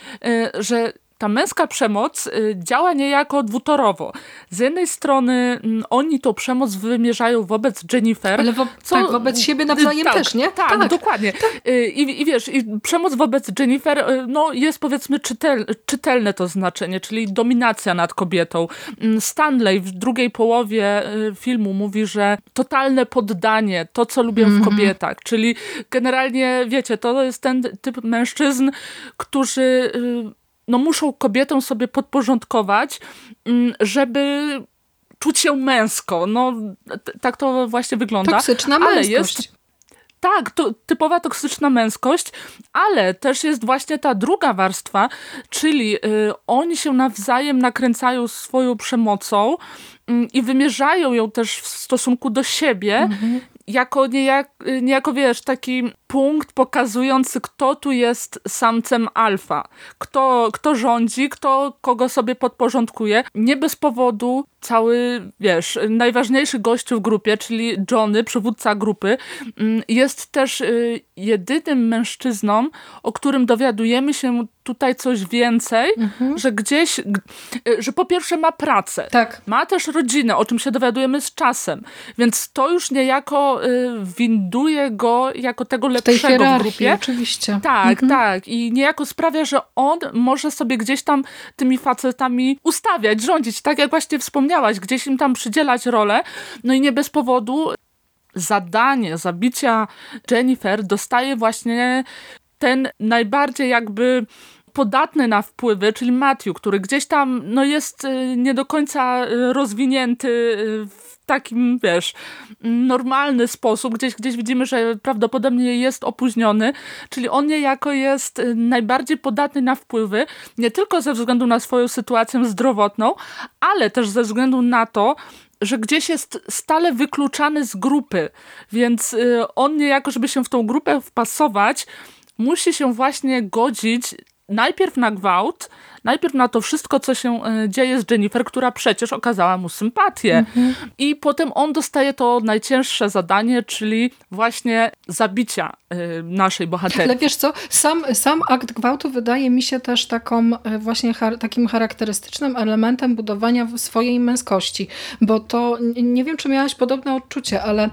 że ta męska przemoc działa niejako dwutorowo. Z jednej strony oni tą przemoc wymierzają wobec Jennifer. Ale wobec siebie nawzajem też, nie? Tak, dokładnie. Tak. I wiesz, przemoc wobec Jennifer jest powiedzmy czytelne to znaczenie, czyli dominacja nad kobietą. Stanley w drugiej połowie filmu mówi, że totalne poddanie, to co lubię w kobietach, czyli generalnie wiecie, to jest ten typ mężczyzn, którzy muszą kobietę sobie podporządkować, żeby czuć się męsko. Tak to właśnie wygląda. Toksyczna męskość. Tak, to typowa toksyczna męskość, ale też jest właśnie ta druga warstwa, czyli oni się nawzajem nakręcają swoją przemocą i wymierzają ją też w stosunku do siebie, jako niejako, wiesz, taki punkt pokazujący, kto tu jest samcem alfa. Kto rządzi, kogo sobie podporządkuje. Nie bez powodu cały, wiesz, najważniejszy gościu w grupie, czyli Johnny, przywódca grupy, jest też jedynym mężczyzną, o którym dowiadujemy się tutaj coś więcej, że gdzieś, że po pierwsze ma pracę. Tak. Ma też rodzinę, o czym się dowiadujemy z czasem. Więc to już niejako winduje go jako tego lepszego w grupie. Oczywiście. Tak, tak. I niejako sprawia, że on może sobie gdzieś tam tymi facetami ustawiać, rządzić. Tak jak właśnie wspomniałaś, gdzieś im tam przydzielać rolę. No i nie bez powodu zadanie zabicia Jennifer dostaje właśnie ten najbardziej jakby podatny na wpływy, czyli Matthew, który gdzieś tam jest nie do końca rozwinięty w takim, wiesz, normalny sposób. Gdzieś widzimy, że prawdopodobnie jest opóźniony, czyli on niejako jest najbardziej podatny na wpływy, nie tylko ze względu na swoją sytuację zdrowotną, ale też ze względu na to, że gdzieś jest stale wykluczany z grupy, więc on niejako, żeby się w tą grupę wpasować, musi się właśnie godzić najpierw na gwałt, najpierw na to wszystko, co się dzieje z Jennifer, która przecież okazała mu sympatię. I potem on dostaje to najcięższe zadanie, czyli właśnie zabicia naszej bohaterki. Ale wiesz co, sam akt gwałtu wydaje mi się też takim charakterystycznym elementem budowania swojej męskości, bo to, nie wiem, czy miałaś podobne odczucie, ale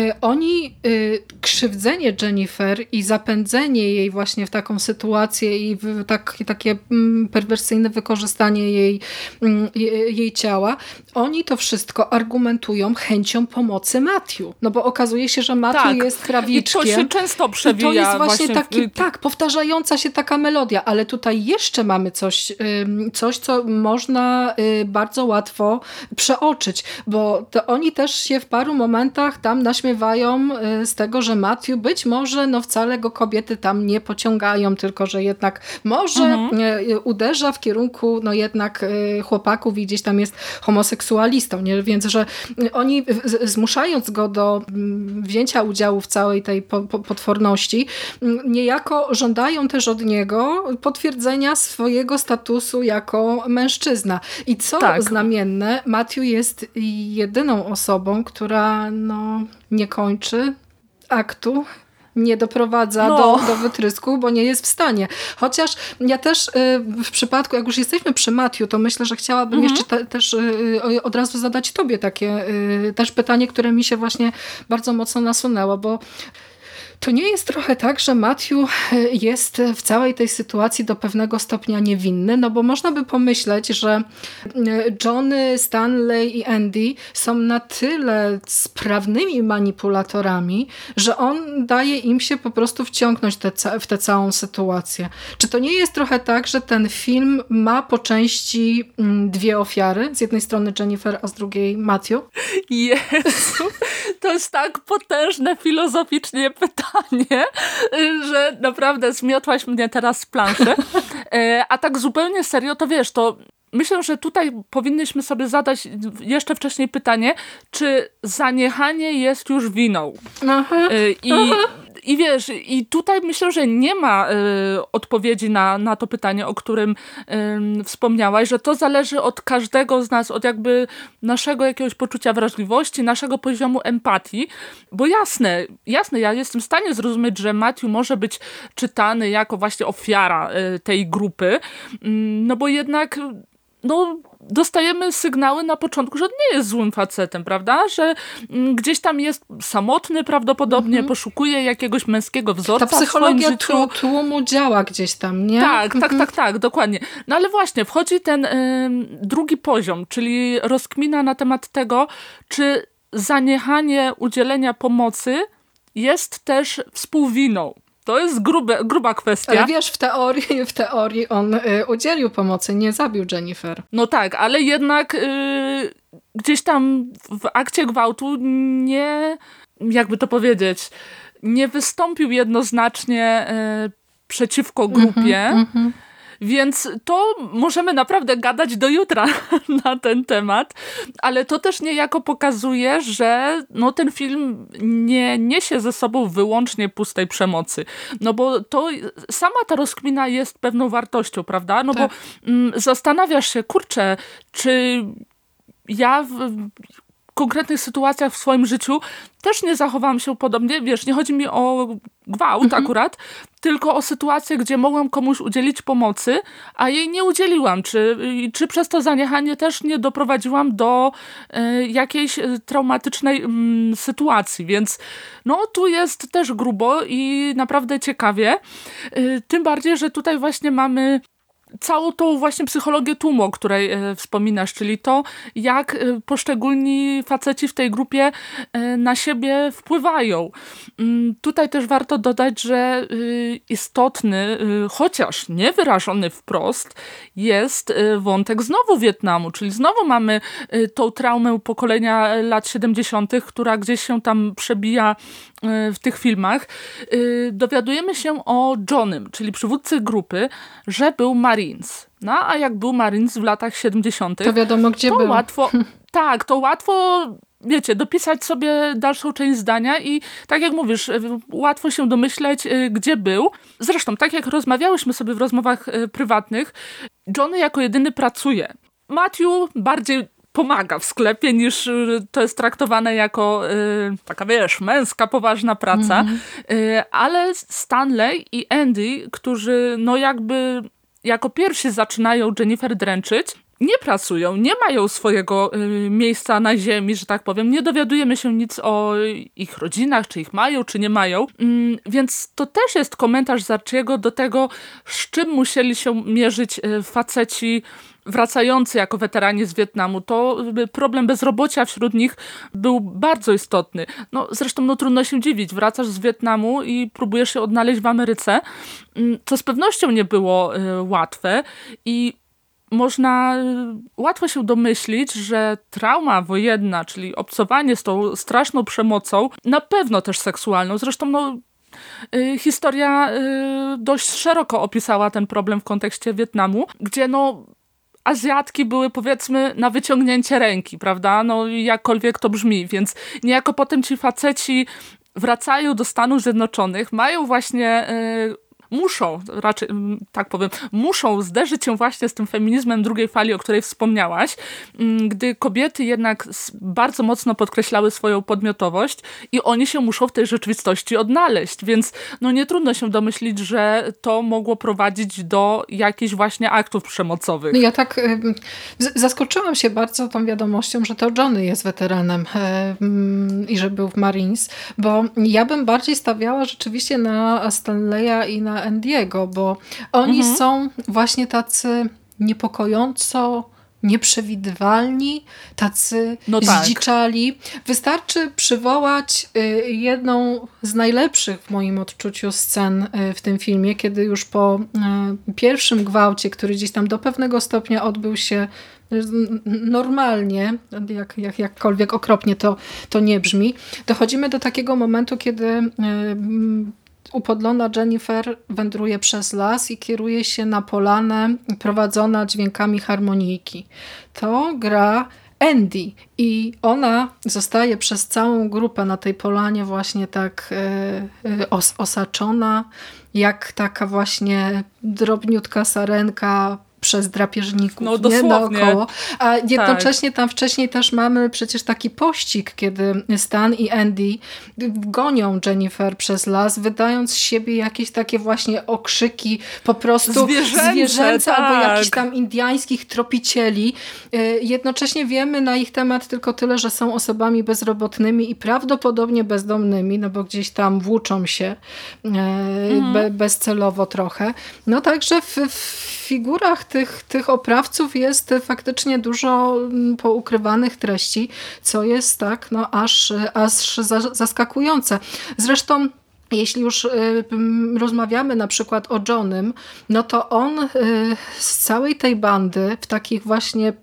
krzywdzenie Jennifer i zapędzenie jej właśnie w taką sytuację i w takie perwersyjne wykorzystanie jej ciała, oni to wszystko argumentują chęcią pomocy Matthew. No bo okazuje się, że Matthew jest krawiczkiem. I to się często przewija. I to jest właśnie powtarzająca się taka melodia, ale tutaj jeszcze mamy coś, co można bardzo łatwo przeoczyć, bo to oni też się w paru momentach tam naśmiewają z tego, że Matthew być może wcale go kobiety tam nie pociągają, tylko że jednak może uderza w kierunku jednak chłopaków i gdzieś tam jest homoseksualistą, nie? Więc, że oni zmuszając go do wzięcia udziału w całej tej potworności, niejako żądają też od niego potwierdzenia swojego statusu jako mężczyzna. I co znamienne, Matthew jest jedyną osobą, która nie kończy aktu, nie doprowadza do wytrysku, bo nie jest w stanie. Chociaż ja też w przypadku, jak już jesteśmy przy Matthew, to myślę, że chciałabym jeszcze też od razu zadać tobie takie też pytanie, które mi się właśnie bardzo mocno nasunęło, bo to nie jest trochę tak, że Matthew jest w całej tej sytuacji do pewnego stopnia niewinny, no bo można by pomyśleć, że Johnny, Stanley i Andy są na tyle sprawnymi manipulatorami, że on daje im się po prostu wciągnąć w tę całą sytuację. Czy to nie jest trochę tak, że ten film ma po części dwie ofiary? Z jednej strony Jennifer, a z drugiej Matthew? Jezu, to jest tak potężne filozoficznie pytanie, że naprawdę zmiotłaś mnie teraz z planszy. A tak zupełnie serio, to wiesz, to myślę, że tutaj powinnyśmy sobie zadać jeszcze wcześniej pytanie, czy zaniechanie jest już winą. I wiesz, i tutaj myślę, że nie ma odpowiedzi na to pytanie, o którym wspomniałaś, że to zależy od każdego z nas, od jakby naszego jakiegoś poczucia wrażliwości, naszego poziomu empatii, bo jasne, ja jestem w stanie zrozumieć, że Matthew może być czytany jako właśnie ofiara tej grupy, no bo jednak dostajemy sygnały na początku, że nie jest złym facetem, prawda? Że gdzieś tam jest samotny prawdopodobnie, poszukuje jakiegoś męskiego wzorca. Ta psychologia tłumu działa gdzieś tam, nie? Tak, dokładnie. No ale właśnie, wchodzi ten drugi poziom, czyli rozkmina na temat tego, czy zaniechanie udzielenia pomocy jest też współwiną. To jest gruba kwestia. Ale wiesz, w teorii on udzielił pomocy, nie zabił Jennifer. No tak, ale jednak gdzieś tam w akcie gwałtu nie, jakby to powiedzieć, nie wystąpił jednoznacznie przeciwko grupie. Więc to możemy naprawdę gadać do jutra na ten temat, ale to też niejako pokazuje, że ten film nie niesie ze sobą wyłącznie pustej przemocy. No bo to sama ta rozkmina jest pewną wartością, prawda? No tak. Bo zastanawiasz się, kurczę, czy ja w konkretnych sytuacjach w swoim życiu też nie zachowałam się podobnie. Wiesz, nie chodzi mi o gwałt akurat, tylko o sytuację, gdzie mogłam komuś udzielić pomocy, a jej nie udzieliłam. Czy przez to zaniechanie też nie doprowadziłam do jakiejś traumatycznej sytuacji. Więc tu jest też grubo i naprawdę ciekawie. Tym bardziej, że tutaj właśnie mamy całą tą właśnie psychologię tłumu, o której wspominasz, czyli to, jak poszczególni faceci w tej grupie na siebie wpływają. Tutaj też warto dodać, że istotny, chociaż niewyrażony wprost, jest wątek znowu Wietnamu, czyli znowu mamy tą traumę pokolenia lat 70., która gdzieś się tam przebija w tych filmach. Dowiadujemy się o Johnym, czyli przywódcy grupy, że był Marines. No a jak był Marines w latach 70., to wiadomo, gdzie był. To łatwo, wiecie, dopisać sobie dalszą część zdania i tak jak mówisz, łatwo się domyśleć, gdzie był. Zresztą, tak jak rozmawiałyśmy sobie w rozmowach prywatnych, Johnny jako jedyny pracuje. Matthew bardziej pomaga w sklepie, niż to jest traktowane jako taka, wiesz, męska, poważna praca. Ale Stanley i Andy, którzy jakby jako pierwsi zaczynają Jennifer dręczyć, nie pracują, nie mają swojego miejsca na ziemi, że tak powiem. Nie dowiadujemy się nic o ich rodzinach, czy ich mają, czy nie mają. Więc to też jest komentarz Zarchiego do tego, z czym musieli się mierzyć faceci wracający jako weterani z Wietnamu. To problem bezrobocia wśród nich był bardzo istotny. Zresztą trudno się dziwić. Wracasz z Wietnamu i próbujesz się odnaleźć w Ameryce, co z pewnością nie było łatwe i można łatwo się domyślić, że trauma wojenna, czyli obcowanie z tą straszną przemocą, na pewno też seksualną. Zresztą historia dość szeroko opisała ten problem w kontekście Wietnamu, gdzie Azjatki były, powiedzmy, na wyciągnięcie ręki, prawda? Jakkolwiek to brzmi, więc niejako potem ci faceci wracają do Stanów Zjednoczonych, mają właśnie muszą zderzyć się właśnie z tym feminizmem drugiej fali, o której wspomniałaś, gdy kobiety jednak bardzo mocno podkreślały swoją podmiotowość i oni się muszą w tej rzeczywistości odnaleźć, więc nie trudno się domyślić, że to mogło prowadzić do jakichś właśnie aktów przemocowych. Ja tak zaskoczyłam się bardzo tą wiadomością, że to Johnny jest weteranem i że był w Marines, bo ja bym bardziej stawiała rzeczywiście na Stanleya i na Andy'ego, bo oni są właśnie tacy niepokojąco nieprzewidywalni, tacy zdziczali. Wystarczy przywołać jedną z najlepszych w moim odczuciu scen w tym filmie, kiedy już po pierwszym gwałcie, który gdzieś tam do pewnego stopnia odbył się normalnie, jakkolwiek okropnie to nie brzmi, dochodzimy do takiego momentu, kiedy upodlona Jennifer wędruje przez las i kieruje się na polanę prowadzona dźwiękami harmonijki. To gra Andy. I ona zostaje przez całą grupę na tej polanie właśnie tak osaczona, jak taka właśnie drobniutka sarenka przez drapieżników, no, dosłownie. Naokoło. A jednocześnie tam wcześniej też mamy przecież taki pościg, kiedy Stan i Andy gonią Jennifer przez las, wydając z siebie jakieś takie właśnie okrzyki po prostu zwierzęce albo jakichś tam indyjskich tropicieli. Jednocześnie wiemy na ich temat tylko tyle, że są osobami bezrobotnymi i prawdopodobnie bezdomnymi, no bo gdzieś tam włóczą się bezcelowo trochę. No także w figurach tych oprawców jest faktycznie dużo poukrywanych treści, co jest tak aż zaskakujące. Zresztą jeśli już rozmawiamy na przykład o Johnym, no to on z całej tej bandy w takich właśnie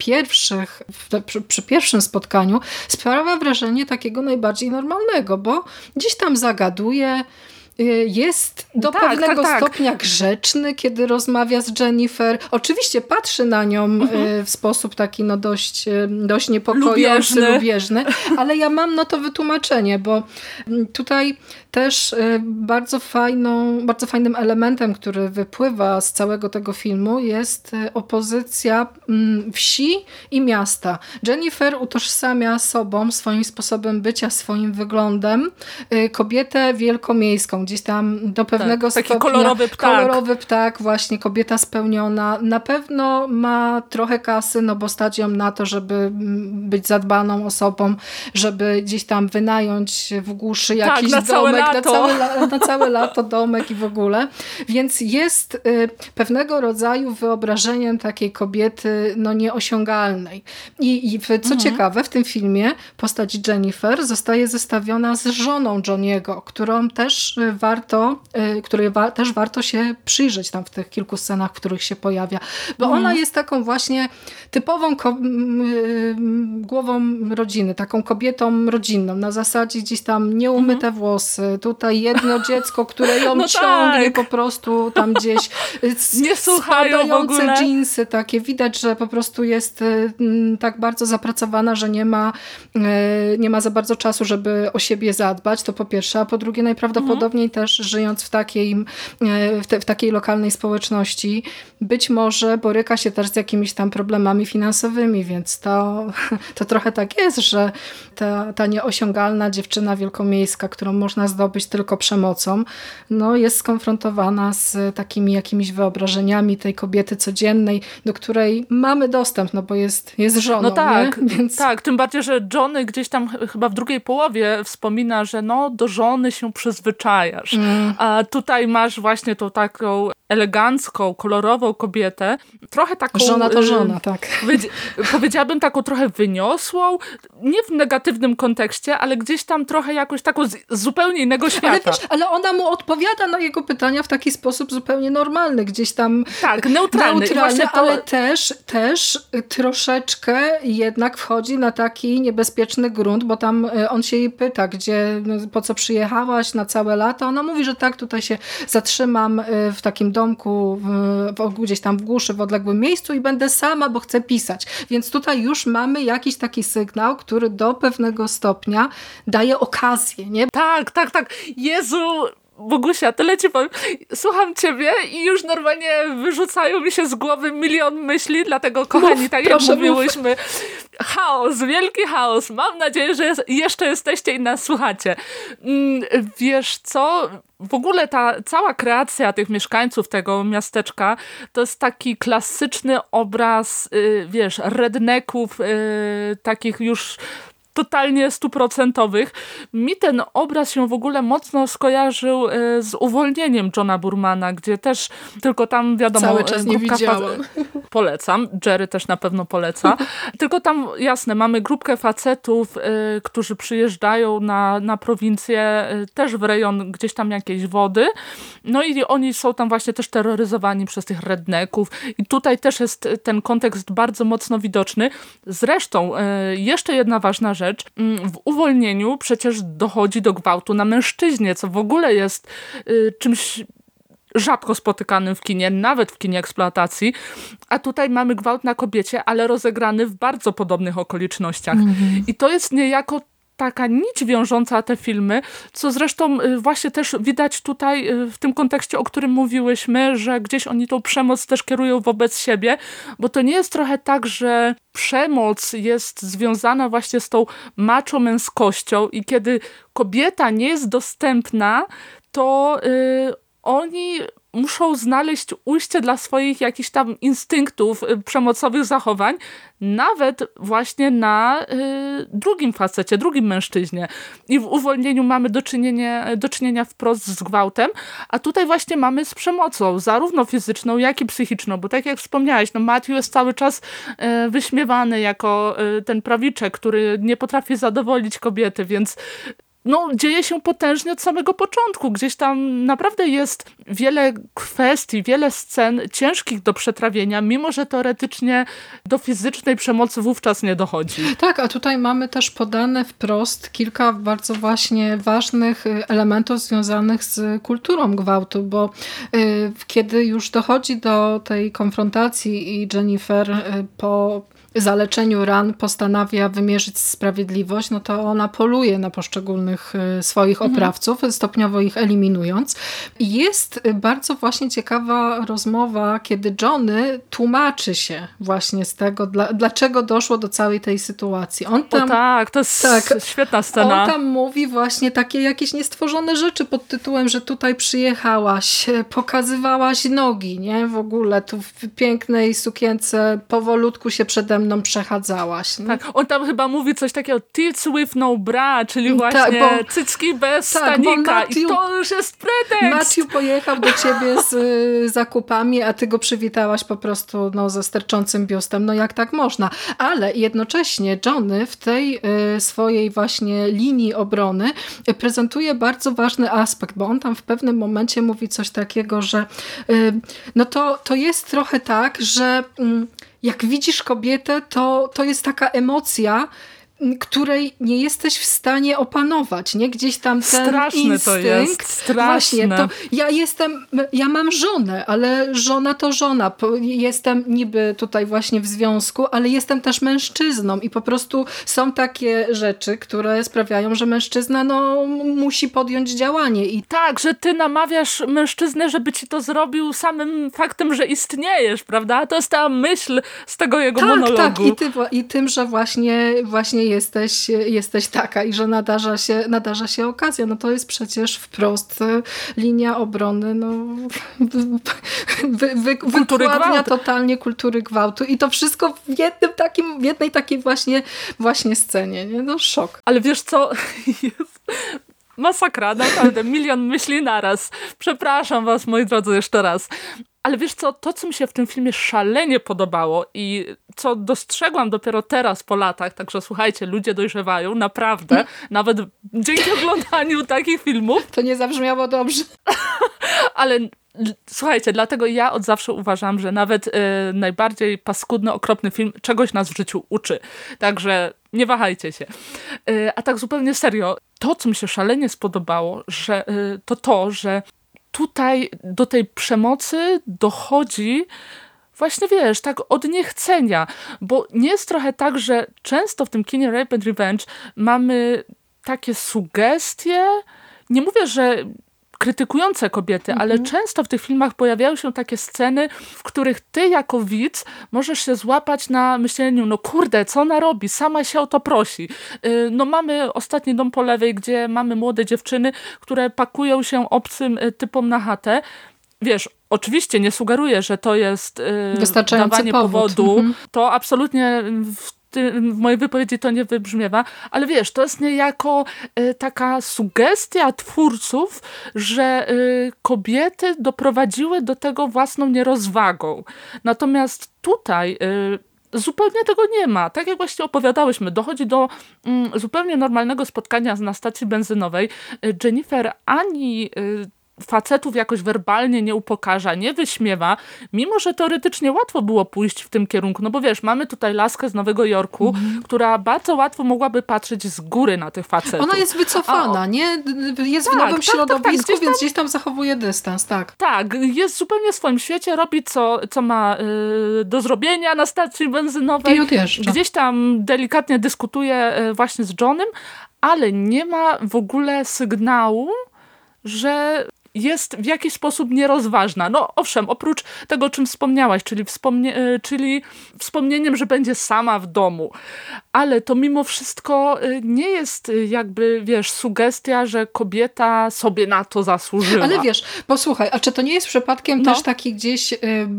przy pierwszym spotkaniu sprawia wrażenie takiego najbardziej normalnego, bo gdzieś tam zagaduje, jest do pewnego stopnia grzeczny, kiedy rozmawia z Jennifer. Oczywiście patrzy na nią w sposób taki dość niepokojący, lubieżny, ale ja mam na to wytłumaczenie, bo tutaj też bardzo fajnym elementem, który wypływa z całego tego filmu, jest opozycja wsi i miasta. Jennifer utożsamia sobą, swoim sposobem bycia, swoim wyglądem kobietę wielkomiejską, gdzieś tam do pewnego stopnia. Taki kolorowy ptak, właśnie kobieta spełniona. Na pewno ma trochę kasy, no bo stać ją na to, żeby być zadbaną osobą, żeby gdzieś tam wynająć w głuszy jakiś domek. Na całe lato domek i w ogóle. Więc jest pewnego rodzaju wyobrażeniem takiej kobiety nieosiągalnej. I co ciekawe, w tym filmie postać Jennifer zostaje zestawiona z żoną Johniego, której też warto się przyjrzeć tam w tych kilku scenach, w których się pojawia. Bo ona jest taką właśnie typową głową rodziny, taką kobietą rodzinną. Na zasadzie gdzieś tam nieumyte włosy, tutaj jedno dziecko, które ją ciągnie po prostu tam gdzieś. Nie słuchają w ogóle. Dżinsy takie. Widać, że po prostu jest tak bardzo zapracowana, że nie ma za bardzo czasu, żeby o siebie zadbać. To po pierwsze. A po drugie najprawdopodobniej też żyjąc w takiej lokalnej społeczności być może boryka się też z jakimiś tam problemami finansowymi, więc to trochę tak jest, że ta nieosiągalna dziewczyna wielkomiejska, którą można zdobyć tylko przemocą, jest skonfrontowana z takimi jakimiś wyobrażeniami tej kobiety codziennej, do której mamy dostęp, bo jest żoną. No tak, nie? Więc... tak, tym bardziej, że Johnny gdzieś tam chyba w drugiej połowie wspomina, że do żony się przyzwyczajasz. A tutaj masz właśnie tą taką elegancką, kolorową kobietę, trochę taką... Żona to żona, tak. Powiedziałabym taką trochę wyniosłą, nie w negatywnym kontekście, ale gdzieś tam trochę jakoś taką z zupełnie innego świata. Ale ona mu odpowiada na jego pytania w taki sposób zupełnie normalny, gdzieś tam... Tak, neutralny. Ale też troszeczkę jednak wchodzi na taki niebezpieczny grunt, bo tam on się jej pyta, po co przyjechałaś na całe lato. Ona mówi, że tak, tutaj się zatrzymam w takim domku, gdzieś tam w głuszy, w odległym miejscu i będę sama, bo chcę pisać. Więc tutaj już mamy jakiś taki sygnał, który do pewnego stopnia daje okazję, nie? Tak. Jezu, Bogusia, tyle ci powiem. Słucham ciebie i już normalnie wyrzucają mi się z głowy milion myśli, dlatego kochani, tak jak mówiłyśmy, chaos, wielki chaos. Mam nadzieję, że jeszcze jesteście i nas słuchacie. Wiesz co? W ogóle ta cała kreacja tych mieszkańców tego miasteczka to jest taki klasyczny obraz, rednecków, takich już totalnie 100%. Mi ten obraz się w ogóle mocno skojarzył z uwolnieniem Johna Boormana, gdzie też tylko tam wiadomo... Cały czas nie widziałam. Polecam. Jerry też na pewno poleca. Tylko tam, jasne, mamy grupkę facetów, którzy przyjeżdżają na prowincję, też w rejon gdzieś tam jakiejś wody. No i oni są tam właśnie też terroryzowani przez tych rednecków. I tutaj też jest ten kontekst bardzo mocno widoczny. Zresztą jeszcze jedna ważna rzecz. W uwolnieniu przecież dochodzi do gwałtu na mężczyźnie, co w ogóle jest czymś rzadko spotykanym w kinie, nawet w kinie eksploatacji, a tutaj mamy gwałt na kobiecie, ale rozegrany w bardzo podobnych okolicznościach. I to jest niejako taka nić wiążąca te filmy, co zresztą właśnie też widać tutaj w tym kontekście, o którym mówiłyśmy, że gdzieś oni tą przemoc też kierują wobec siebie, bo to nie jest trochę tak, że przemoc jest związana właśnie z tą macho męskością i kiedy kobieta nie jest dostępna, to oni muszą znaleźć ujście dla swoich jakichś tam instynktów, przemocowych zachowań, nawet właśnie na drugim facecie, drugim mężczyźnie. I w Uwolnieniu mamy do czynienia wprost z gwałtem, a tutaj właśnie mamy z przemocą, zarówno fizyczną, jak i psychiczną, bo tak jak wspomniałeś, no Matthew jest cały czas wyśmiewany jako ten prawiczek, który nie potrafi zadowolić kobiety, więc no, dzieje się potężnie od samego początku. Gdzieś tam naprawdę jest wiele kwestii, wiele scen ciężkich do przetrawienia, mimo że teoretycznie do fizycznej przemocy wówczas nie dochodzi. Tak, a tutaj mamy też podane wprost kilka bardzo właśnie ważnych elementów związanych z kulturą gwałtu, bo kiedy już dochodzi do tej konfrontacji i Jennifer po zaleczeniu ran postanawia wymierzyć sprawiedliwość, no to ona poluje na poszczególnych swoich oprawców, stopniowo ich eliminując. I jest bardzo właśnie ciekawa rozmowa, kiedy Johnny tłumaczy się właśnie z tego, dlaczego doszło do całej tej sytuacji. On tam, to jest świetna scena. On tam mówi właśnie takie jakieś niestworzone rzeczy pod tytułem, że tutaj przyjechałaś, pokazywałaś nogi, nie? W ogóle tu w pięknej sukience powolutku się przede mną przechadzałaś. No. Tak, on tam chyba mówi coś takiego tits with no bra, czyli właśnie cycki bez stanika. I to już jest pretekst. Matthew pojechał do ciebie z zakupami, a ty go przywitałaś po prostu ze sterczącym biustem. No jak tak można? Ale jednocześnie Johnny w tej swojej właśnie linii obrony prezentuje bardzo ważny aspekt, bo on tam w pewnym momencie mówi coś takiego, że no to jest trochę tak, że jak widzisz kobietę, to jest taka emocja, której nie jesteś w stanie opanować, nie? Gdzieś tam ten straszne instynkt. To jest, straszne. Właśnie, to ja mam żonę, ale żona to żona. Jestem niby tutaj właśnie w związku, ale jestem też mężczyzną i po prostu są takie rzeczy, które sprawiają, że mężczyzna musi podjąć działanie. I tak, że ty namawiasz mężczyznę, żeby ci to zrobił samym faktem, że istniejesz, prawda? To jest ta myśl z tego jego monologu. Tak, i tym, że właśnie jesteś taka i że nadarza się okazja. No to jest przecież wprost linia obrony wykładnia totalnie kultury gwałtu i to wszystko w jednej takiej właśnie scenie. Nie? No szok. Ale wiesz co? Masakra, naprawdę. Milion myśli naraz. Przepraszam was, moi drodzy, jeszcze raz. Ale wiesz co, to co mi się w tym filmie szalenie podobało i co dostrzegłam dopiero teraz po latach, także słuchajcie, ludzie dojrzewają, naprawdę, nawet dzięki oglądaniu takich filmów. To nie zabrzmiało dobrze. Ale słuchajcie, dlatego ja od zawsze uważam, że nawet najbardziej paskudny, okropny film czegoś nas w życiu uczy. Także nie wahajcie się. A tak zupełnie serio, to co mi się szalenie spodobało, że że tutaj do tej przemocy dochodzi właśnie, wiesz, tak od niechcenia, bo nie jest trochę tak, że często w tym kinie Rape and Revenge mamy takie sugestie, nie mówię, że krytykujące kobiety, ale często w tych filmach pojawiają się takie sceny, w których ty jako widz możesz się złapać na myśleniu, no kurde, co ona robi? Sama się o to prosi. No mamy ostatni dom po lewej, gdzie mamy młode dziewczyny, które pakują się obcym typom na chatę. Wiesz, oczywiście nie sugeruję, że to jest dawanie powodu. To absolutnie w mojej wypowiedzi to nie wybrzmiewa, ale wiesz, to jest niejako taka sugestia twórców, że kobiety doprowadziły do tego własną nierozwagą. Natomiast tutaj zupełnie tego nie ma. Tak jak właśnie opowiadałyśmy, dochodzi do zupełnie normalnego spotkania na stacji benzynowej. Jennifer ani facetów jakoś werbalnie nie upokarza, nie wyśmiewa, mimo że teoretycznie łatwo było pójść w tym kierunku. No bo wiesz, mamy tutaj laskę z Nowego Jorku, która bardzo łatwo mogłaby patrzeć z góry na tych facetów. Ona jest wycofana, nie? Jest w nowym środowisku, więc gdzieś tam zachowuje dystans, tak. Tak, jest zupełnie w swoim świecie, robi co ma do zrobienia na stacji benzynowej. I odjeżdża. Gdzieś tam delikatnie dyskutuje właśnie z Johnem, ale nie ma w ogóle sygnału, że jest w jakiś sposób nierozważna. No owszem, oprócz tego, o czym wspomniałaś, czyli wspomnieniem, że będzie sama w domu. Ale to mimo wszystko nie jest jakby, wiesz, sugestia, że kobieta sobie na to zasłużyła. Ale wiesz, posłuchaj, a czy to nie jest przypadkiem też taki gdzieś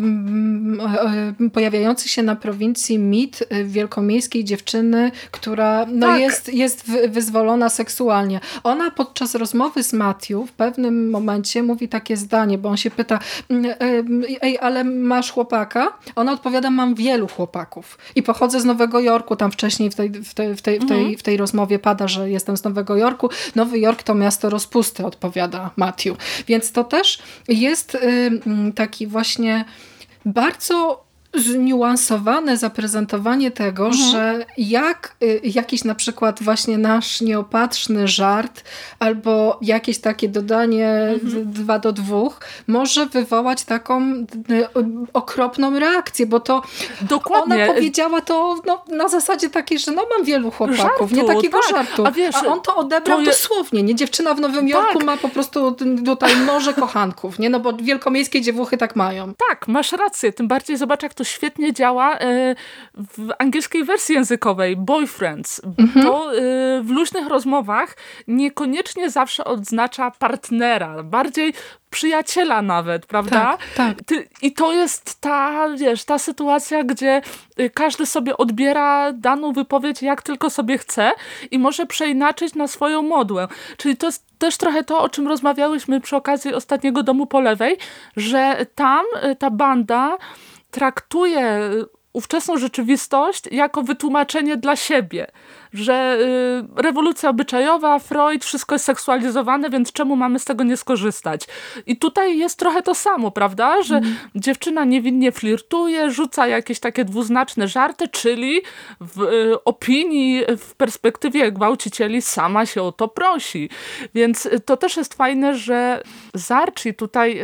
pojawiający się na prowincji mit wielkomiejskiej dziewczyny, która jest wyzwolona seksualnie. Ona podczas rozmowy z Matthew w pewnym momencie mówi takie zdanie, bo on się pyta, ej, ale masz chłopaka? Ona odpowiada, mam wielu chłopaków. I pochodzę z Nowego Jorku, tam wcześniej w tej rozmowie pada, że jestem z Nowego Jorku. Nowy Jork to miasto rozpusty, odpowiada Matthew. Więc to też jest taki właśnie bardzo zniuansowane zaprezentowanie tego, że jak jakiś na przykład właśnie nasz nieopatrzny żart albo jakieś takie dodanie 2 do 2 może wywołać taką okropną reakcję, bo to dokładnie. Ona powiedziała to na zasadzie takiej, że mam wielu chłopaków, nie takiego żartu. A on to odebrał dosłownie. Nie, dziewczyna w Nowym Jorku ma po prostu tutaj morze kochanków, nie? No bo wielkomiejskie dziewuchy tak mają. Tak, masz rację. Tym bardziej zobacz, jak to świetnie działa w angielskiej wersji językowej, boyfriends. To w luźnych rozmowach niekoniecznie zawsze oznacza partnera, bardziej przyjaciela nawet, prawda? Tak. I to jest ta sytuacja, gdzie każdy sobie odbiera daną wypowiedź jak tylko sobie chce i może przeinaczyć na swoją modłę. Czyli to jest też trochę to, o czym rozmawiałyśmy przy okazji ostatniego Domu po lewej, że tam ta banda traktuje ówczesną rzeczywistość jako wytłumaczenie dla siebie, że rewolucja obyczajowa, Freud, wszystko jest seksualizowane, więc czemu mamy z tego nie skorzystać? I tutaj jest trochę to samo, prawda? Że dziewczyna niewinnie flirtuje, rzuca jakieś takie dwuznaczne żarty, czyli w opinii, w perspektywie gwałcicieli sama się o to prosi. Więc to też jest fajne, że Zarchi tutaj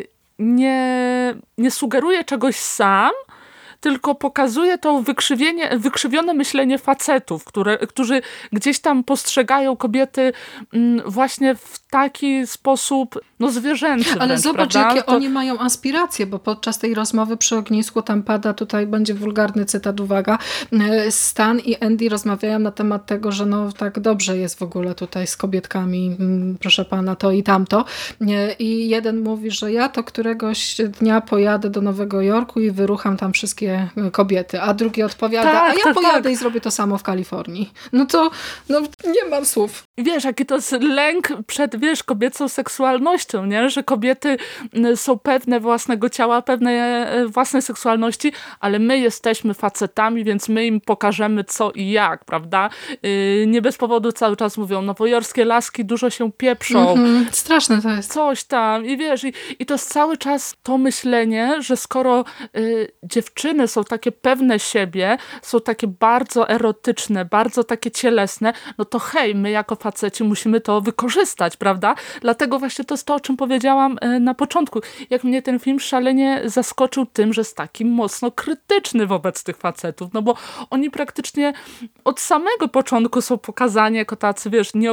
nie sugeruje czegoś sam, tylko pokazuje to wykrzywione myślenie facetów, którzy gdzieś tam postrzegają kobiety właśnie w taki sposób zwierzęcy. Ale wręcz, zobacz, prawda? jakie oni mają aspiracje, bo podczas tej rozmowy przy ognisku tam pada, tutaj będzie wulgarny cytat, uwaga, Stan i Andy rozmawiają na temat tego, że tak dobrze jest w ogóle tutaj z kobietkami, proszę pana, to i tamto. I jeden mówi, że ja to któregoś dnia pojadę do Nowego Jorku i wyrucham tam wszystkie kobiety, a drugi odpowiada, a ja pojadę i zrobię to samo w Kalifornii. Nie mam słów. Wiesz, jaki to jest lęk przed, kobiecą seksualnością, nie? Że kobiety są pewne własnego ciała, pewne własnej seksualności, ale my jesteśmy facetami, więc my im pokażemy co i jak, prawda? Nie bez powodu cały czas mówią, nowojorskie laski dużo się pieprzą. Straszne to jest. Coś tam i wiesz, i to jest cały czas to myślenie, że skoro dziewczyny są takie pewne siebie, są takie bardzo erotyczne, bardzo takie cielesne, no to hej, my jako faceci musimy to wykorzystać, prawda? Dlatego właśnie to jest to, o czym powiedziałam na początku. Jak mnie ten film szalenie zaskoczył tym, że jest taki mocno krytyczny wobec tych facetów, no bo oni praktycznie od samego początku są pokazani jako tacy,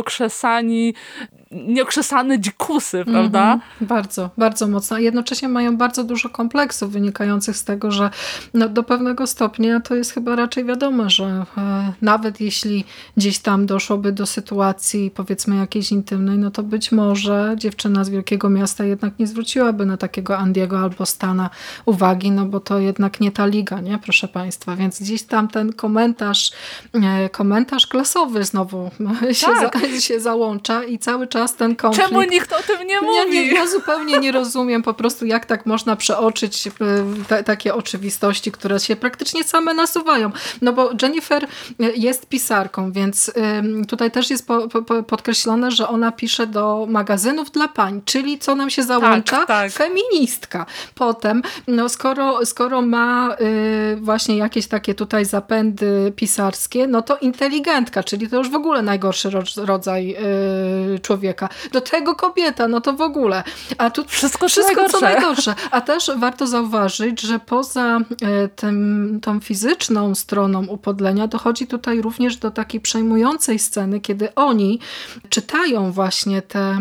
nieokrzesane dzikusy, prawda? Bardzo, bardzo mocno. A jednocześnie mają bardzo dużo kompleksów wynikających z tego, że do pewnego stopnia to jest chyba raczej wiadomo, że nawet jeśli gdzieś tam doszłoby do sytuacji powiedzmy jakiejś intymnej, no to być może dziewczyna z wielkiego miasta jednak nie zwróciłaby na takiego Andiego albo Stana uwagi, no bo to jednak nie ta liga, nie? Proszę państwa. Więc gdzieś tam ten komentarz klasowy znowu się załącza i cały czas czas ten konflikt. Czemu nikt o tym nie mówi? Ja zupełnie nie rozumiem po prostu, jak tak można przeoczyć takie oczywistości, które się praktycznie same nasuwają. No bo Jennifer jest pisarką, więc tutaj też jest podkreślone, że ona pisze do magazynów dla pań, czyli co nam się załącza? Tak. Feministka. Potem, no skoro ma właśnie jakieś takie tutaj zapędy pisarskie, no to inteligentka, czyli to już w ogóle najgorszy rodzaj człowieka. Do tego kobieta, no to w ogóle. A tu wszystko co najgorsze. A też warto zauważyć, że poza tą fizyczną stroną upodlenia dochodzi tutaj również do takiej przejmującej sceny, kiedy oni czytają właśnie te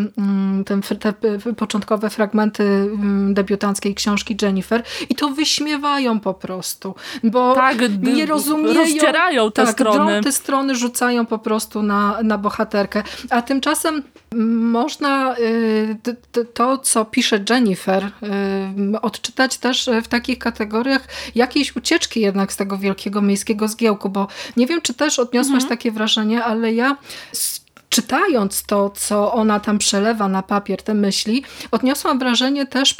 początkowe fragmenty debiutanckiej książki Jennifer i to wyśmiewają po prostu, bo nie rozumieją. Rozdzierają te strony. Te strony rzucają po prostu na bohaterkę. A tymczasem można to, co pisze Jennifer, odczytać też w takich kategoriach jakiejś ucieczki jednak z tego wielkiego miejskiego zgiełku, bo nie wiem, czy też odniosłaś takie wrażenie, ale ja czytając to, co ona tam przelewa na papier, te myśli, odniosłam wrażenie też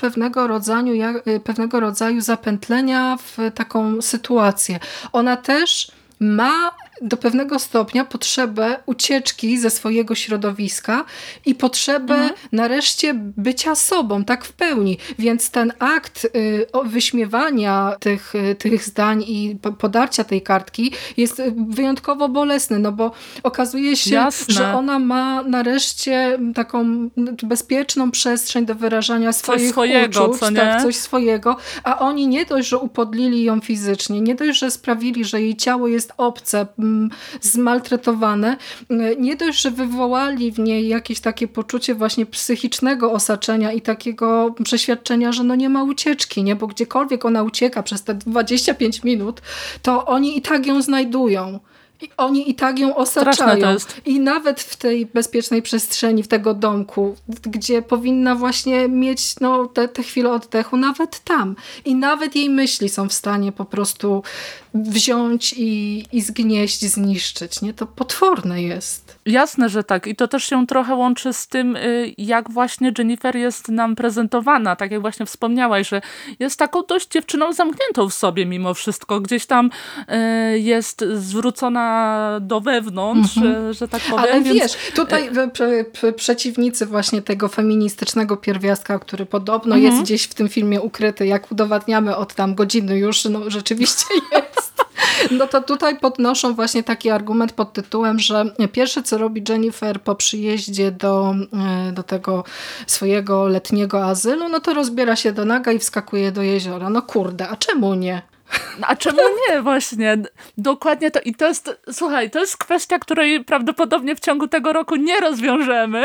pewnego rodzaju zapętlenia w taką sytuację. Ona też ma do pewnego stopnia potrzebę ucieczki ze swojego środowiska i potrzebę nareszcie bycia sobą, tak w pełni. Więc ten akt wyśmiewania tych zdań i podarcia tej kartki jest wyjątkowo bolesny, no bo okazuje się, że ona ma nareszcie taką bezpieczną przestrzeń do wyrażania swoich uczuć, coś swojego, a oni nie dość, że upodlili ją fizycznie, nie dość, że sprawili, że jej ciało jest obce, zmaltretowane, nie dość, że wywołali w niej jakieś takie poczucie właśnie psychicznego osaczenia i takiego przeświadczenia, że no nie ma ucieczki, nie? Bo gdziekolwiek ona ucieka przez te 25 minut, to oni i tak ją znajdują. I oni i tak ją osaczają. I nawet w tej bezpiecznej przestrzeni, w tego domku, gdzie powinna właśnie mieć te chwile oddechu, nawet tam. I nawet jej myśli są w stanie po prostu wziąć i zgnieść, zniszczyć. Nie? To potworne jest. Jasne, że tak. I to też się trochę łączy z tym, jak właśnie Jennifer jest nam prezentowana. Tak jak właśnie wspomniałaś, że jest taką dość dziewczyną zamkniętą w sobie mimo wszystko. Gdzieś tam jest zwrócona do wewnątrz, że tak powiem. Ale wiesz, tutaj przeciwnicy właśnie tego feministycznego pierwiastka, który podobno jest gdzieś w tym filmie ukryty, jak udowadniamy od tam godziny już, no rzeczywiście jest. No to tutaj podnoszą właśnie taki argument pod tytułem, że pierwsze co robi Jennifer po przyjeździe do tego swojego letniego azylu, no to rozbiera się do naga i wskakuje do jeziora. No kurde, a czemu nie? A czemu nie właśnie? Dokładnie to. I to jest, słuchaj, to jest kwestia, której prawdopodobnie w ciągu tego roku nie rozwiążemy,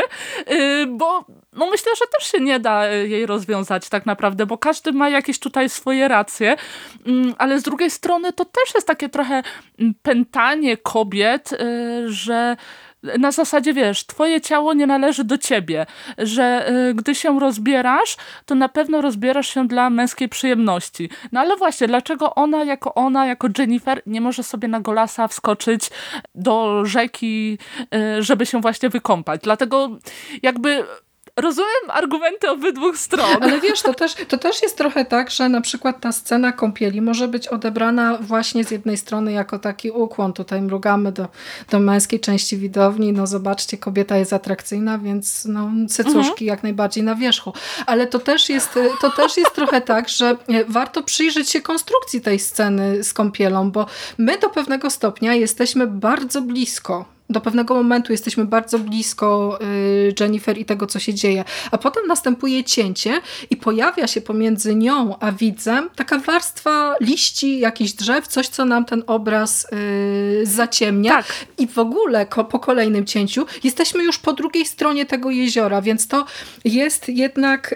bo no myślę, że też się nie da jej rozwiązać tak naprawdę, bo każdy ma jakieś tutaj swoje racje, ale z drugiej strony to też jest takie trochę pętanie kobiet, że na zasadzie, wiesz, twoje ciało nie należy do ciebie, że gdy się rozbierasz, to na pewno rozbierasz się dla męskiej przyjemności. No ale właśnie, dlaczego ona jako Jennifer nie może sobie na golasa wskoczyć do rzeki, żeby się właśnie wykąpać? Dlatego jakby rozumiem argumenty obydwu stron. Ale wiesz, to też jest trochę tak, że na przykład ta scena kąpieli może być odebrana właśnie z jednej strony jako taki ukłon. Tutaj mrugamy do męskiej części widowni. No zobaczcie, kobieta jest atrakcyjna, więc no cycuszki jak najbardziej na wierzchu. Ale to też jest trochę tak, że warto przyjrzeć się konstrukcji tej sceny z kąpielą, bo my do pewnego stopnia jesteśmy bardzo blisko. Do pewnego momentu jesteśmy bardzo blisko Jennifer i tego, co się dzieje. A potem następuje cięcie i pojawia się pomiędzy nią a widzem taka warstwa liści, jakichś drzew, coś, co nam ten obraz zaciemnia. Tak. I w ogóle po kolejnym cięciu jesteśmy już po drugiej stronie tego jeziora, więc to jest jednak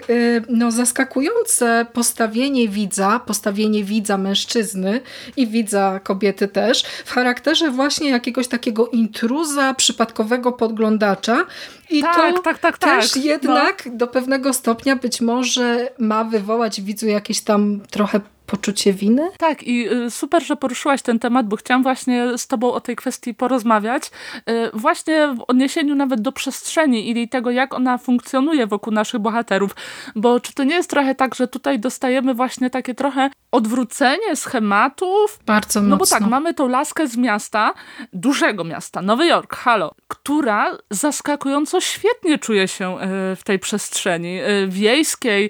zaskakujące postawienie widza mężczyzny i widza kobiety też w charakterze właśnie jakiegoś takiego intruza, przypadkowego podglądacza i to też jednak do pewnego stopnia być może ma wywołać w widzu jakieś tam trochę poczucie winy. Tak i super, że poruszyłaś ten temat, bo chciałam właśnie z tobą o tej kwestii porozmawiać. Właśnie w odniesieniu nawet do przestrzeni i tego, jak ona funkcjonuje wokół naszych bohaterów. Bo czy to nie jest trochę tak, że tutaj dostajemy właśnie takie trochę odwrócenie schematów? Bardzo mocno. No bo tak, mamy tą laskę z miasta, dużego miasta, Nowy Jork, halo, która zaskakująco świetnie czuje się w tej przestrzeni wiejskiej,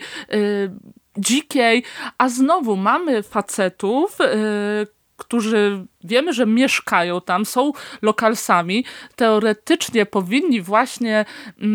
dzikiej, a znowu mamy facetów, którzy wiemy, że mieszkają tam, są lokalsami, teoretycznie powinni właśnie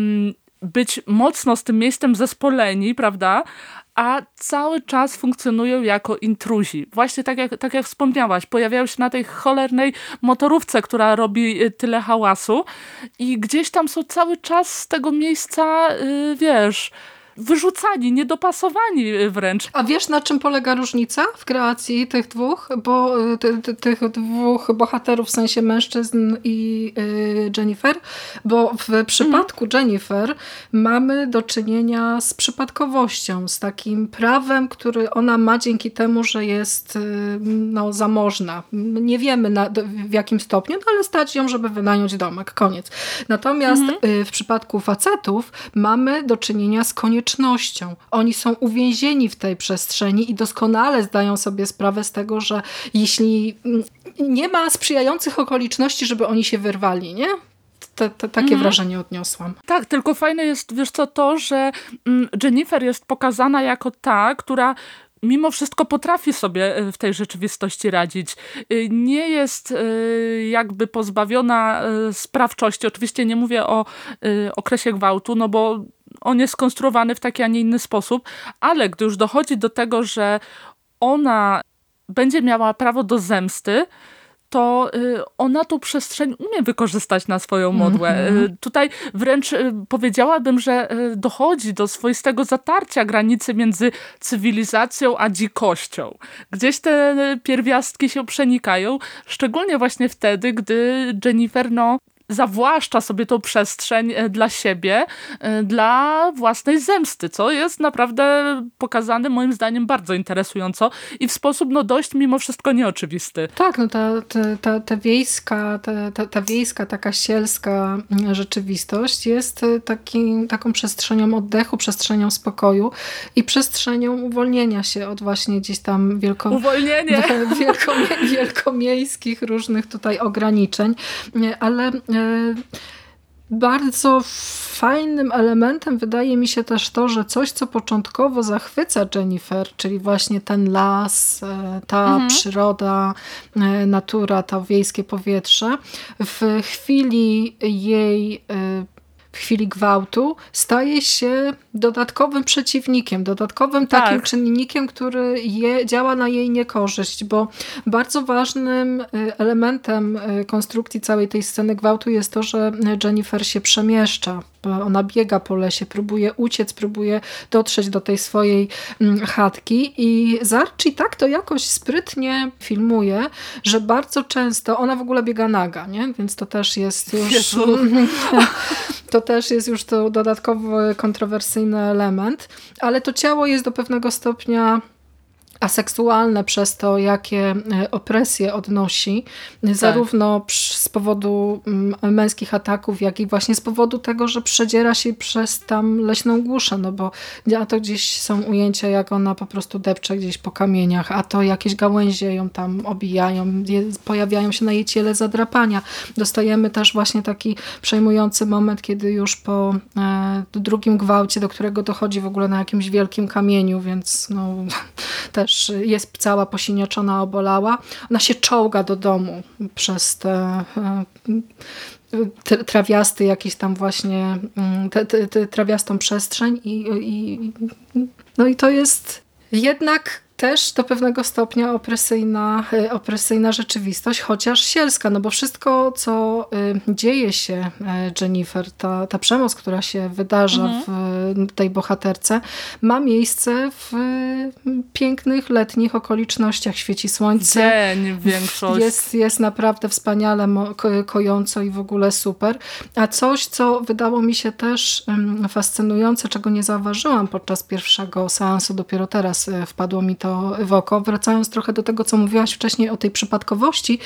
być mocno z tym miejscem zespoleni, prawda? A cały czas funkcjonują jako intruzi. Właśnie tak jak wspomniałaś, pojawiają się na tej cholernej motorówce, która robi tyle hałasu i gdzieś tam są cały czas z tego miejsca, wiesz, wyrzucani, niedopasowani wręcz. A wiesz, na czym polega różnica w kreacji tych dwóch? Bo tych dwóch bohaterów, w sensie mężczyzn i Jennifer, bo w przypadku Jennifer mamy do czynienia z przypadkowością, z takim prawem, który ona ma dzięki temu, że jest zamożna. Nie wiemy w jakim stopniu, no ale stać ją, żeby wynająć domek. Koniec. Natomiast w przypadku facetów mamy do czynienia z koniecznością. Oni są uwięzieni w tej przestrzeni i doskonale zdają sobie sprawę z tego, że jeśli nie ma sprzyjających okoliczności, żeby oni się wyrwali, nie? Takie wrażenie odniosłam. Tak, tylko fajne jest, wiesz co, to, że Jennifer jest pokazana jako ta, która mimo wszystko potrafi sobie w tej rzeczywistości radzić. Nie jest jakby pozbawiona sprawczości. Oczywiście nie mówię o okresie gwałtu, no bo on jest skonstruowany w taki, a nie inny sposób, ale gdy już dochodzi do tego, że ona będzie miała prawo do zemsty, to ona tą przestrzeń umie wykorzystać na swoją modłę. Tutaj wręcz powiedziałabym, że dochodzi do swoistego zatarcia granicy między cywilizacją a dzikością. Gdzieś te pierwiastki się przenikają, szczególnie właśnie wtedy, gdy Jennifer zawłaszcza sobie tą przestrzeń dla siebie, dla własnej zemsty, co jest naprawdę pokazane moim zdaniem bardzo interesująco i w sposób dość mimo wszystko nieoczywisty. Tak, ta wiejska, taka sielska rzeczywistość jest taką przestrzenią oddechu, przestrzenią spokoju i przestrzenią uwolnienia się od właśnie gdzieś tam wielkomiejskich różnych tutaj ograniczeń, ale bardzo fajnym elementem wydaje mi się też to, że coś, co początkowo zachwyca Jennifer, czyli właśnie ten las, ta przyroda, natura, to wiejskie powietrze, w chwili gwałtu staje się dodatkowym przeciwnikiem, dodatkowym takim czynnikiem, który działa na jej niekorzyść, bo bardzo ważnym elementem konstrukcji całej tej sceny gwałtu jest to, że Jennifer się przemieszcza. Ona biega po lesie, próbuje uciec, próbuje dotrzeć do tej swojej chatki i Zarchi tak to jakoś sprytnie filmuje, że bardzo często ona w ogóle biega naga, nie? Więc to też jest już to też jest już to dodatkowy kontrowersyjny element, ale to ciało jest do pewnego stopnia aseksualne przez to, jakie opresje odnosi, zarówno z powodu męskich ataków, jak i właśnie z powodu tego, że przedziera się przez tam leśną głuszę, no bo a to gdzieś są ujęcia, jak ona po prostu depcze gdzieś po kamieniach, a to jakieś gałęzie ją tam obijają, pojawiają się na jej ciele zadrapania. Dostajemy też właśnie taki przejmujący moment, kiedy już po drugim gwałcie, do którego dochodzi w ogóle na jakimś wielkim kamieniu, więc też jest cała posiniaczona, obolała. Ona się czołga do domu przez te trawiasty jakiś tam właśnie trawiastą przestrzeń i to jest jednak też do pewnego stopnia opresyjna rzeczywistość, chociaż sielska, no bo wszystko, co dzieje się Jennifer, ta przemoc, która się wydarza w tej bohaterce, ma miejsce w pięknych, letnich okolicznościach. Świeci słońce. Dzień większość. Jest naprawdę wspaniale kojąco i w ogóle super. A coś, co wydało mi się też fascynujące, czego nie zauważyłam podczas pierwszego seansu, dopiero teraz wpadło mi to w oko, wracając trochę do tego, co mówiłaś wcześniej o tej przypadkowości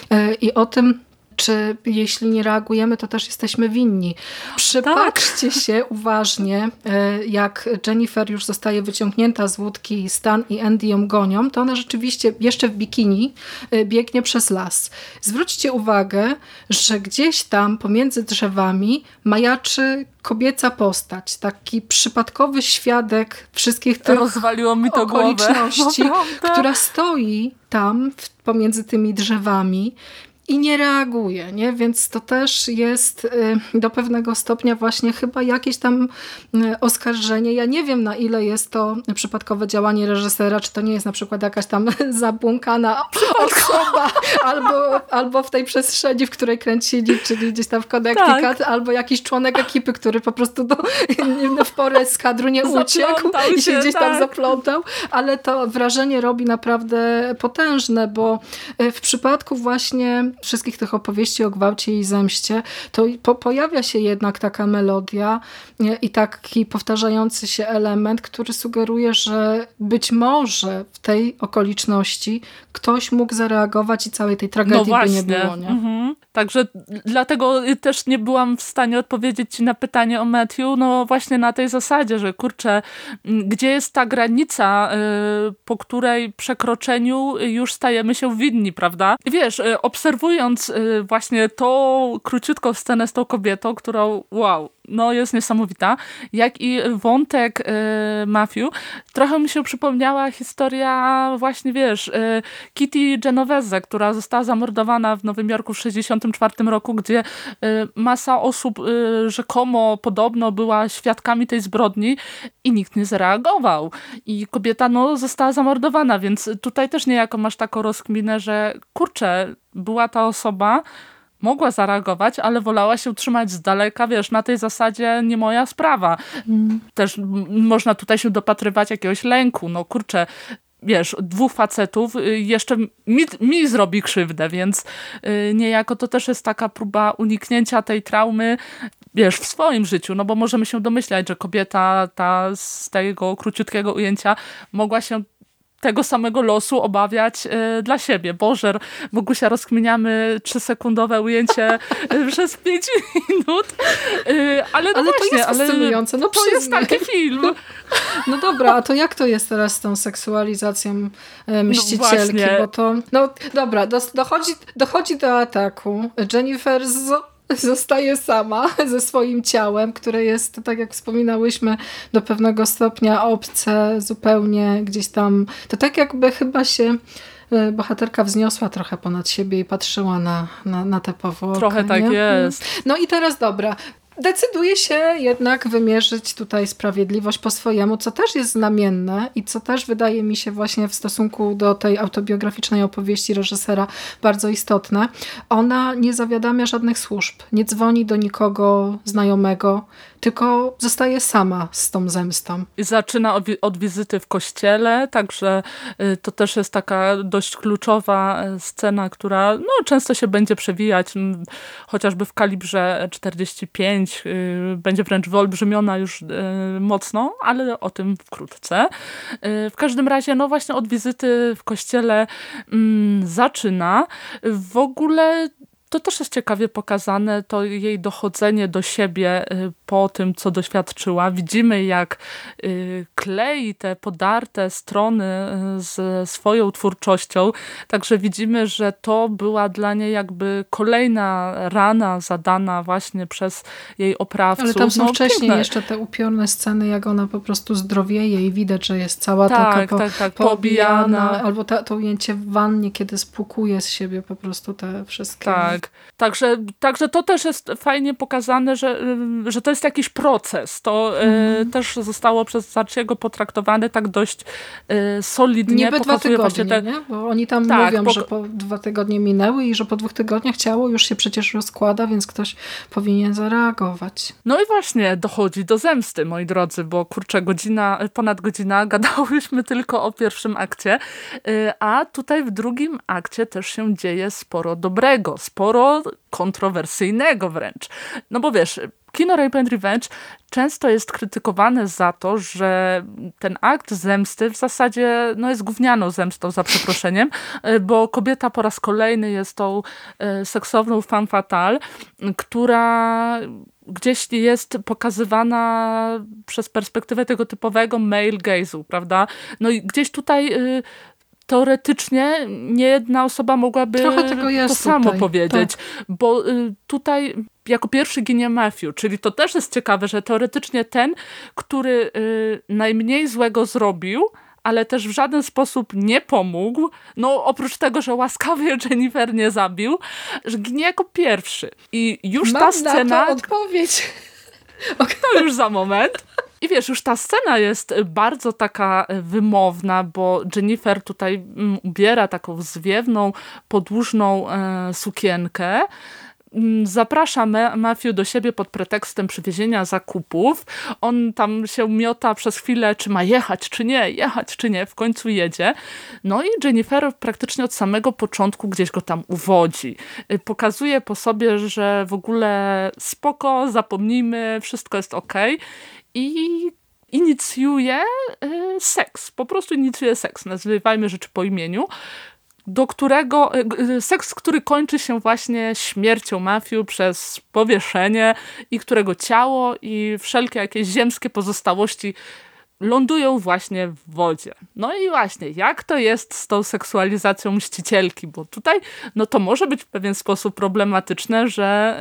i o tym, czy jeśli nie reagujemy, to też jesteśmy winni. Przypatrzcie się uważnie, jak Jennifer już zostaje wyciągnięta z łódki, Stan i Andy ją gonią, to ona rzeczywiście jeszcze w bikini biegnie przez las. Zwróćcie uwagę, że gdzieś tam pomiędzy drzewami majaczy kobieca postać, taki przypadkowy świadek wszystkich tych Rozwaliło mi to okoliczności, głowę. która stoi tam pomiędzy tymi drzewami i nie reaguje, nie? Więc to też jest do pewnego stopnia właśnie chyba jakieś tam oskarżenie. Ja nie wiem, na ile jest to przypadkowe działanie reżysera, czy to nie jest na przykład jakaś tam zabłąkana osoba, albo w tej przestrzeni, w której kręcili, czyli gdzieś tam w Connecticut, albo jakiś członek ekipy, który po prostu w porę z kadru nie uciekł i się gdzieś tam zaplątał, ale to wrażenie robi naprawdę potężne, bo w przypadku właśnie wszystkich tych opowieści o gwałcie i zemście, to pojawia się jednak taka melodia i taki powtarzający się element, który sugeruje, że być może w tej okoliczności ktoś mógł zareagować i całej tej tragedii by nie było. Nie? Mhm. Także dlatego też nie byłam w stanie odpowiedzieć ci na pytanie o Matthew, no właśnie na tej zasadzie, że kurczę, gdzie jest ta granica, po której przekroczeniu już stajemy się winni, prawda? Wiesz, obserwując właśnie tą króciutką scenę z tą kobietą, którą no jest niesamowita, jak i wątek Matthew, trochę mi się przypomniała historia właśnie, wiesz, Kitty Genovese, która została zamordowana w Nowym Jorku w 1964 roku, gdzie masa osób rzekomo podobno była świadkami tej zbrodni i nikt nie zareagował. I kobieta została zamordowana, więc tutaj też niejako masz taką rozkminę, że kurczę, była ta osoba, mogła zareagować, ale wolała się trzymać z daleka, wiesz, na tej zasadzie nie moja sprawa. Też można tutaj się dopatrywać jakiegoś lęku, no kurczę, wiesz, dwóch facetów jeszcze mi zrobi krzywdę, więc niejako to też jest taka próba uniknięcia tej traumy, wiesz, w swoim życiu, no bo możemy się domyślać, że kobieta ta z tego króciutkiego ujęcia mogła się tego samego losu obawiać dla siebie. Boże, Bogusia, rozkminiamy 3-sekundowe ujęcie przez 5 minut. Ale no właśnie, to jest fascynujące. No to jest taki film. No dobra, a to jak to jest teraz z tą seksualizacją mścicielki? No bo to, no dobra, dochodzi do ataku. Jennifer zostaje sama ze swoim ciałem, które jest, tak jak wspominałyśmy, do pewnego stopnia obce, zupełnie gdzieś tam. To tak jakby chyba się bohaterka wzniosła trochę ponad siebie i patrzyła na tę powłokę. Trochę tak jest. No i teraz dobra. Decyduje się jednak wymierzyć tutaj sprawiedliwość po swojemu, co też jest znamienne i co też wydaje mi się właśnie w stosunku do tej autobiograficznej opowieści reżysera bardzo istotne. Ona nie zawiadamia żadnych służb, nie dzwoni do nikogo znajomego, tylko zostaje sama z tą zemstą. I zaczyna od wizyty w kościele, także to też jest taka dość kluczowa scena, która często się będzie przewijać, chociażby w kalibrze 45, będzie wręcz wyolbrzymiona już mocno, ale o tym wkrótce. W każdym razie, właśnie od wizyty w kościele zaczyna. W ogóle to też jest ciekawie pokazane, to jej dochodzenie do siebie po tym, co doświadczyła. Widzimy, jak klei te podarte strony z swoją twórczością. Także widzimy, że to była dla niej jakby kolejna rana zadana właśnie przez jej oprawców. Ale tam są wcześniej jeszcze te upiorne sceny, jak ona po prostu zdrowieje i widać, że jest cała taka poobijana. Albo to ujęcie w wannie, kiedy spłukuje z siebie po prostu te wszystkie... Tak. Także to też jest fajnie pokazane, że to jest jest jakiś proces. To też zostało przez Archiego potraktowane tak dość solidnie. Niby 2 tygodnie, nie? Bo oni tam mówią, że po 2 tygodnie minęły i że po 2 tygodniach ciało już się przecież rozkłada, więc ktoś powinien zareagować. No i właśnie dochodzi do zemsty, moi drodzy, bo kurczę, ponad godzina gadałyśmy tylko o pierwszym akcie, a tutaj w drugim akcie też się dzieje sporo dobrego, sporo kontrowersyjnego wręcz. No bo wiesz, kino Rape and Revenge często jest krytykowane za to, że ten akt zemsty w zasadzie jest gównianą zemstą, za przeproszeniem, bo kobieta po raz kolejny jest tą seksowną femme fatale, która gdzieś jest pokazywana przez perspektywę tego typowego male gaze'u, prawda? No i gdzieś tutaj teoretycznie niejedna osoba mogłaby to samo powiedzieć, bo tutaj jako pierwszy ginie Matthew, czyli to też jest ciekawe, że teoretycznie ten, który najmniej złego zrobił, ale też w żaden sposób nie pomógł, oprócz tego, że łaskawie Jennifer nie zabił, że ginie jako pierwszy. I już ta scena... na to odpowiedź. To już za moment. I wiesz, już ta scena jest bardzo taka wymowna, bo Jennifer tutaj ubiera taką zwiewną, podłużną sukienkę. Zaprasza Matthew do siebie pod pretekstem przywiezienia zakupów. On tam się miota przez chwilę, czy ma jechać, czy nie. W końcu jedzie. No i Jennifer praktycznie od samego początku gdzieś go tam uwodzi. Pokazuje po sobie, że w ogóle spoko, zapomnijmy, wszystko jest okej. I inicjuje seks. Po prostu inicjuje seks. Nazywajmy rzeczy po imieniu. Do którego seks, który kończy się właśnie śmiercią Matthew przez powieszenie i którego ciało i wszelkie jakieś ziemskie pozostałości lądują właśnie w wodzie. No i właśnie, jak to jest z tą seksualizacją mścicielki? Bo tutaj to może być w pewien sposób problematyczne, że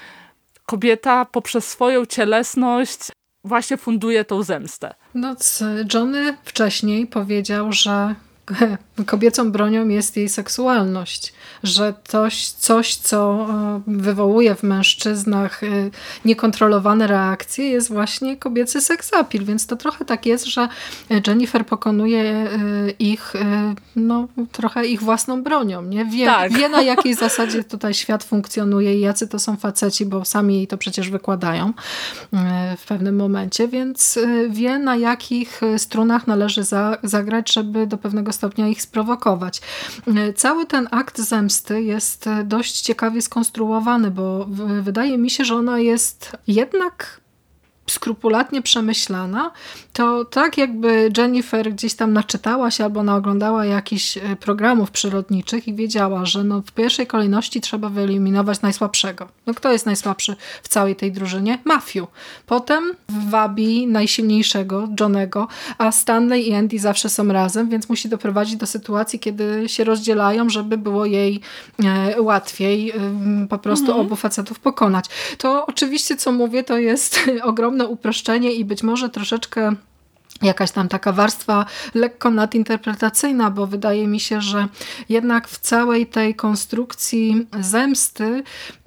kobieta poprzez swoją cielesność właśnie funduje tą zemstę. Johnny wcześniej powiedział, że kobiecą bronią jest jej seksualność, że coś, co wywołuje w mężczyznach niekontrolowane reakcje, jest właśnie kobiecy sex appeal, więc to trochę tak jest, że Jennifer pokonuje ich, trochę ich własną bronią, nie? Wie na jakiej zasadzie tutaj świat funkcjonuje i jacy to są faceci, bo sami jej to przecież wykładają w pewnym momencie, więc wie na jakich strunach należy zagrać, żeby do pewnego stopnia ich sprowokować. Cały ten akt zemsty jest dość ciekawie skonstruowany, bo wydaje mi się, że ona jest jednak skrupulatnie przemyślana, to tak jakby Jennifer gdzieś tam naczytała się albo naoglądała jakichś programów przyrodniczych i wiedziała, że w pierwszej kolejności trzeba wyeliminować najsłabszego. Kto jest najsłabszy w całej tej drużynie? Matthew. Potem wabi najsilniejszego, Johnego, a Stanley i Andy zawsze są razem, więc musi doprowadzić do sytuacji, kiedy się rozdzielają, żeby było jej łatwiej po prostu obu facetów pokonać. To oczywiście, co mówię, to jest ogromne uproszczenie i być może troszeczkę jakaś tam taka warstwa lekko nadinterpretacyjna, bo wydaje mi się, że jednak w całej tej konstrukcji zemsty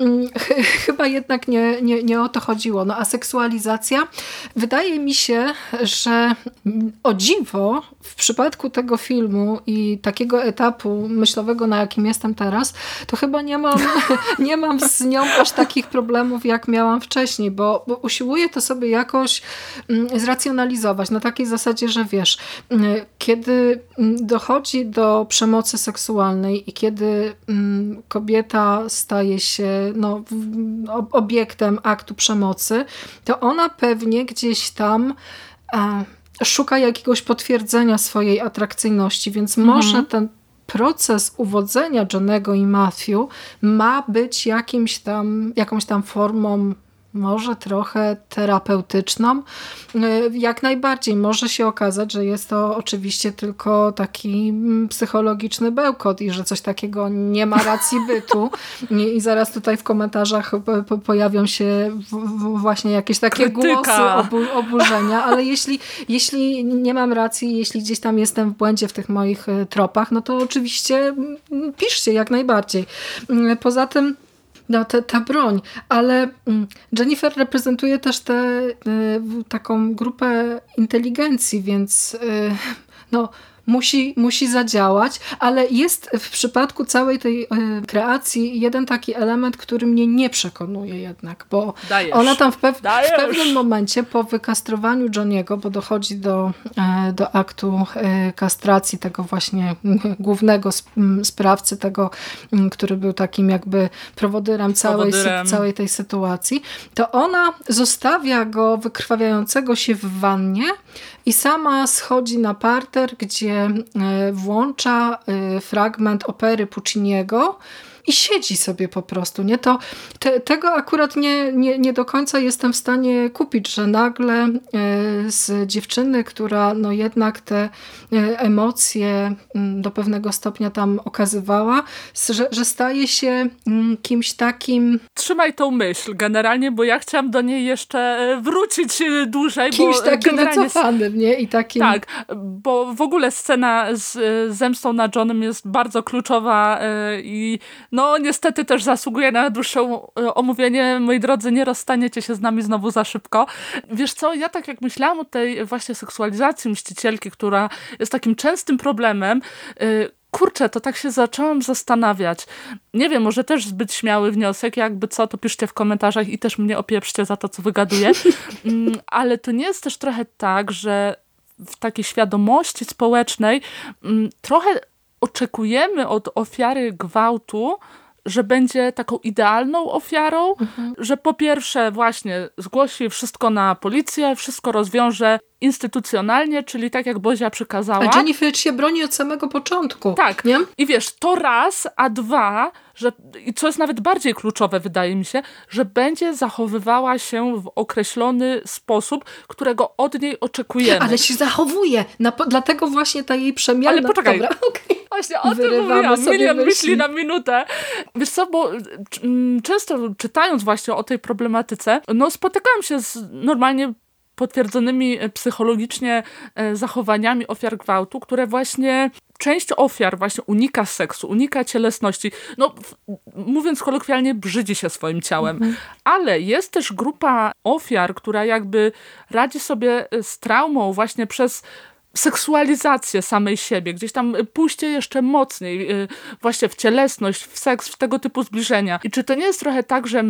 chyba jednak nie o to chodziło. A seksualizacja, wydaje mi się, że o dziwo w przypadku tego filmu i takiego etapu myślowego, na jakim jestem teraz, to chyba nie mam z nią aż takich problemów, jak miałam wcześniej, bo usiłuję to sobie jakoś zracjonalizować na takiej zasadzie, że wiesz, kiedy dochodzi do przemocy seksualnej i kiedy kobieta staje się obiektem aktu przemocy, to ona pewnie gdzieś tam szuka jakiegoś potwierdzenia swojej atrakcyjności, więc może ten proces uwodzenia Johnego i Matthew ma być jakąś tam formą może trochę terapeutyczną. Jak najbardziej może się okazać, że jest to oczywiście tylko taki psychologiczny bełkot i że coś takiego nie ma racji bytu. I zaraz tutaj w komentarzach pojawią się właśnie jakieś takie głosy oburzenia, ale jeśli nie mam racji, jeśli gdzieś tam jestem w błędzie w tych moich tropach, to oczywiście piszcie jak najbardziej. Poza tym No, ta broń, ale Jennifer reprezentuje też taką grupę inteligencji, więc no, musi zadziałać, ale jest w przypadku całej tej kreacji jeden taki element, który mnie nie przekonuje jednak, bo ona tam w pewnym momencie po wykastrowaniu Johniego, bo dochodzi do aktu kastracji tego właśnie głównego sprawcy, tego, który był takim jakby prowodyrem całej tej sytuacji, to ona zostawia go wykrwawiającego się w wannie i sama schodzi na parter, gdzie włącza fragment opery Pucciniego i siedzi sobie po prostu. Nie? Tego akurat nie do końca jestem w stanie kupić, że nagle z dziewczyny, która no jednak te emocje do pewnego stopnia tam okazywała, że staje się kimś takim... Trzymaj tą myśl generalnie, bo ja chciałam do niej jeszcze wrócić dłużej. Kimś takim wycofanym, nie? I takim... Tak, bo w ogóle scena z zemstą na Johnem jest bardzo kluczowa i no niestety też zasługuje na dłuższe omówienie. Moi drodzy, nie rozstaniecie się z nami znowu za szybko. Wiesz co, ja tak jak myślałam o tej właśnie seksualizacji mścicielki, która jest takim częstym problemem, kurczę, to tak się zaczęłam zastanawiać. Nie wiem, może też zbyt śmiały wniosek, jakby co, to piszcie w komentarzach i też mnie opieprzcie za to, co wygaduję. Ale to nie jest też trochę tak, że w takiej świadomości społecznej trochę oczekujemy od ofiary gwałtu, że będzie taką idealną ofiarą, że po pierwsze właśnie zgłosi wszystko na policję, wszystko rozwiąże instytucjonalnie, czyli tak jak Bozia przykazała. A Jennifer się broni od samego początku. Tak. Nie? I wiesz, to raz, a dwa, że, i co jest nawet bardziej kluczowe, wydaje mi się, że będzie zachowywała się w określony sposób, którego od niej oczekujemy. Ale się zachowuje. Dlatego właśnie ta jej przemiana... Ale poczekaj. Dobra, okay. Właśnie o tym mówiłam. Milion myśli na minutę. Wiesz co, bo często czytając właśnie o tej problematyce, no spotykałam się z normalnie potwierdzonymi psychologicznie zachowaniami ofiar gwałtu, które właśnie część ofiar właśnie unika seksu, unika cielesności. No, mówiąc kolokwialnie, brzydzi się swoim ciałem. Ale jest też grupa ofiar, która jakby radzi sobie z traumą właśnie przez seksualizację samej siebie, gdzieś tam pójście jeszcze mocniej właśnie w cielesność, w seks, w tego typu zbliżenia. I czy to nie jest trochę tak, że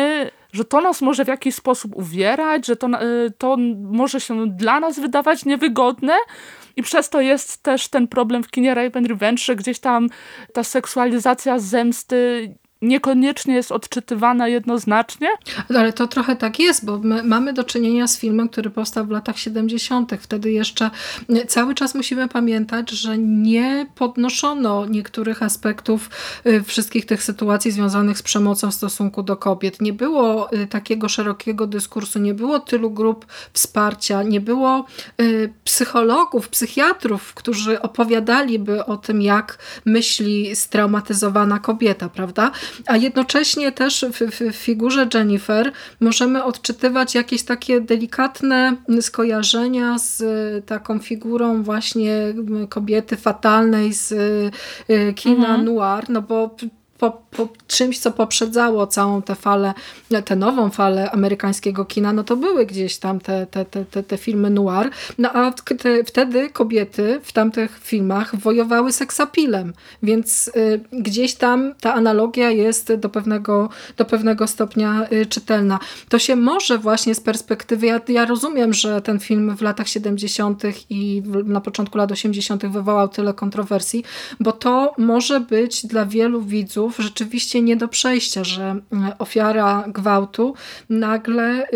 to nas może w jakiś sposób uwierać, że to może się dla nas wydawać niewygodne i przez to jest też ten problem w kinie Rape and Revenge, że gdzieś tam ta seksualizacja zemsty niekoniecznie jest odczytywana jednoznacznie. Ale to trochę tak jest, bo my mamy do czynienia z filmem, który powstał w latach 70. Wtedy jeszcze cały czas musimy pamiętać, że nie podnoszono niektórych aspektów wszystkich tych sytuacji związanych z przemocą w stosunku do kobiet. Nie było takiego szerokiego dyskursu, nie było tylu grup wsparcia, nie było psychologów, psychiatrów, którzy opowiadaliby o tym, jak myśli straumatyzowana kobieta, prawda? A jednocześnie też w figurze Jennifer możemy odczytywać jakieś takie delikatne skojarzenia z taką figurą właśnie kobiety fatalnej z kina noir, no bo po czymś, co poprzedzało całą tę nową falę amerykańskiego kina, no to były gdzieś tam te filmy noir. No a wtedy kobiety w tamtych filmach wojowały seksapilem, więc gdzieś tam ta analogia jest do pewnego stopnia czytelna. To się może właśnie z perspektywy, ja rozumiem, że ten film w latach 70. i na początku lat 80. wywołał tyle kontrowersji, bo to może być dla wielu widzów rzeczywiście nie do przejścia, że ofiara gwałtu nagle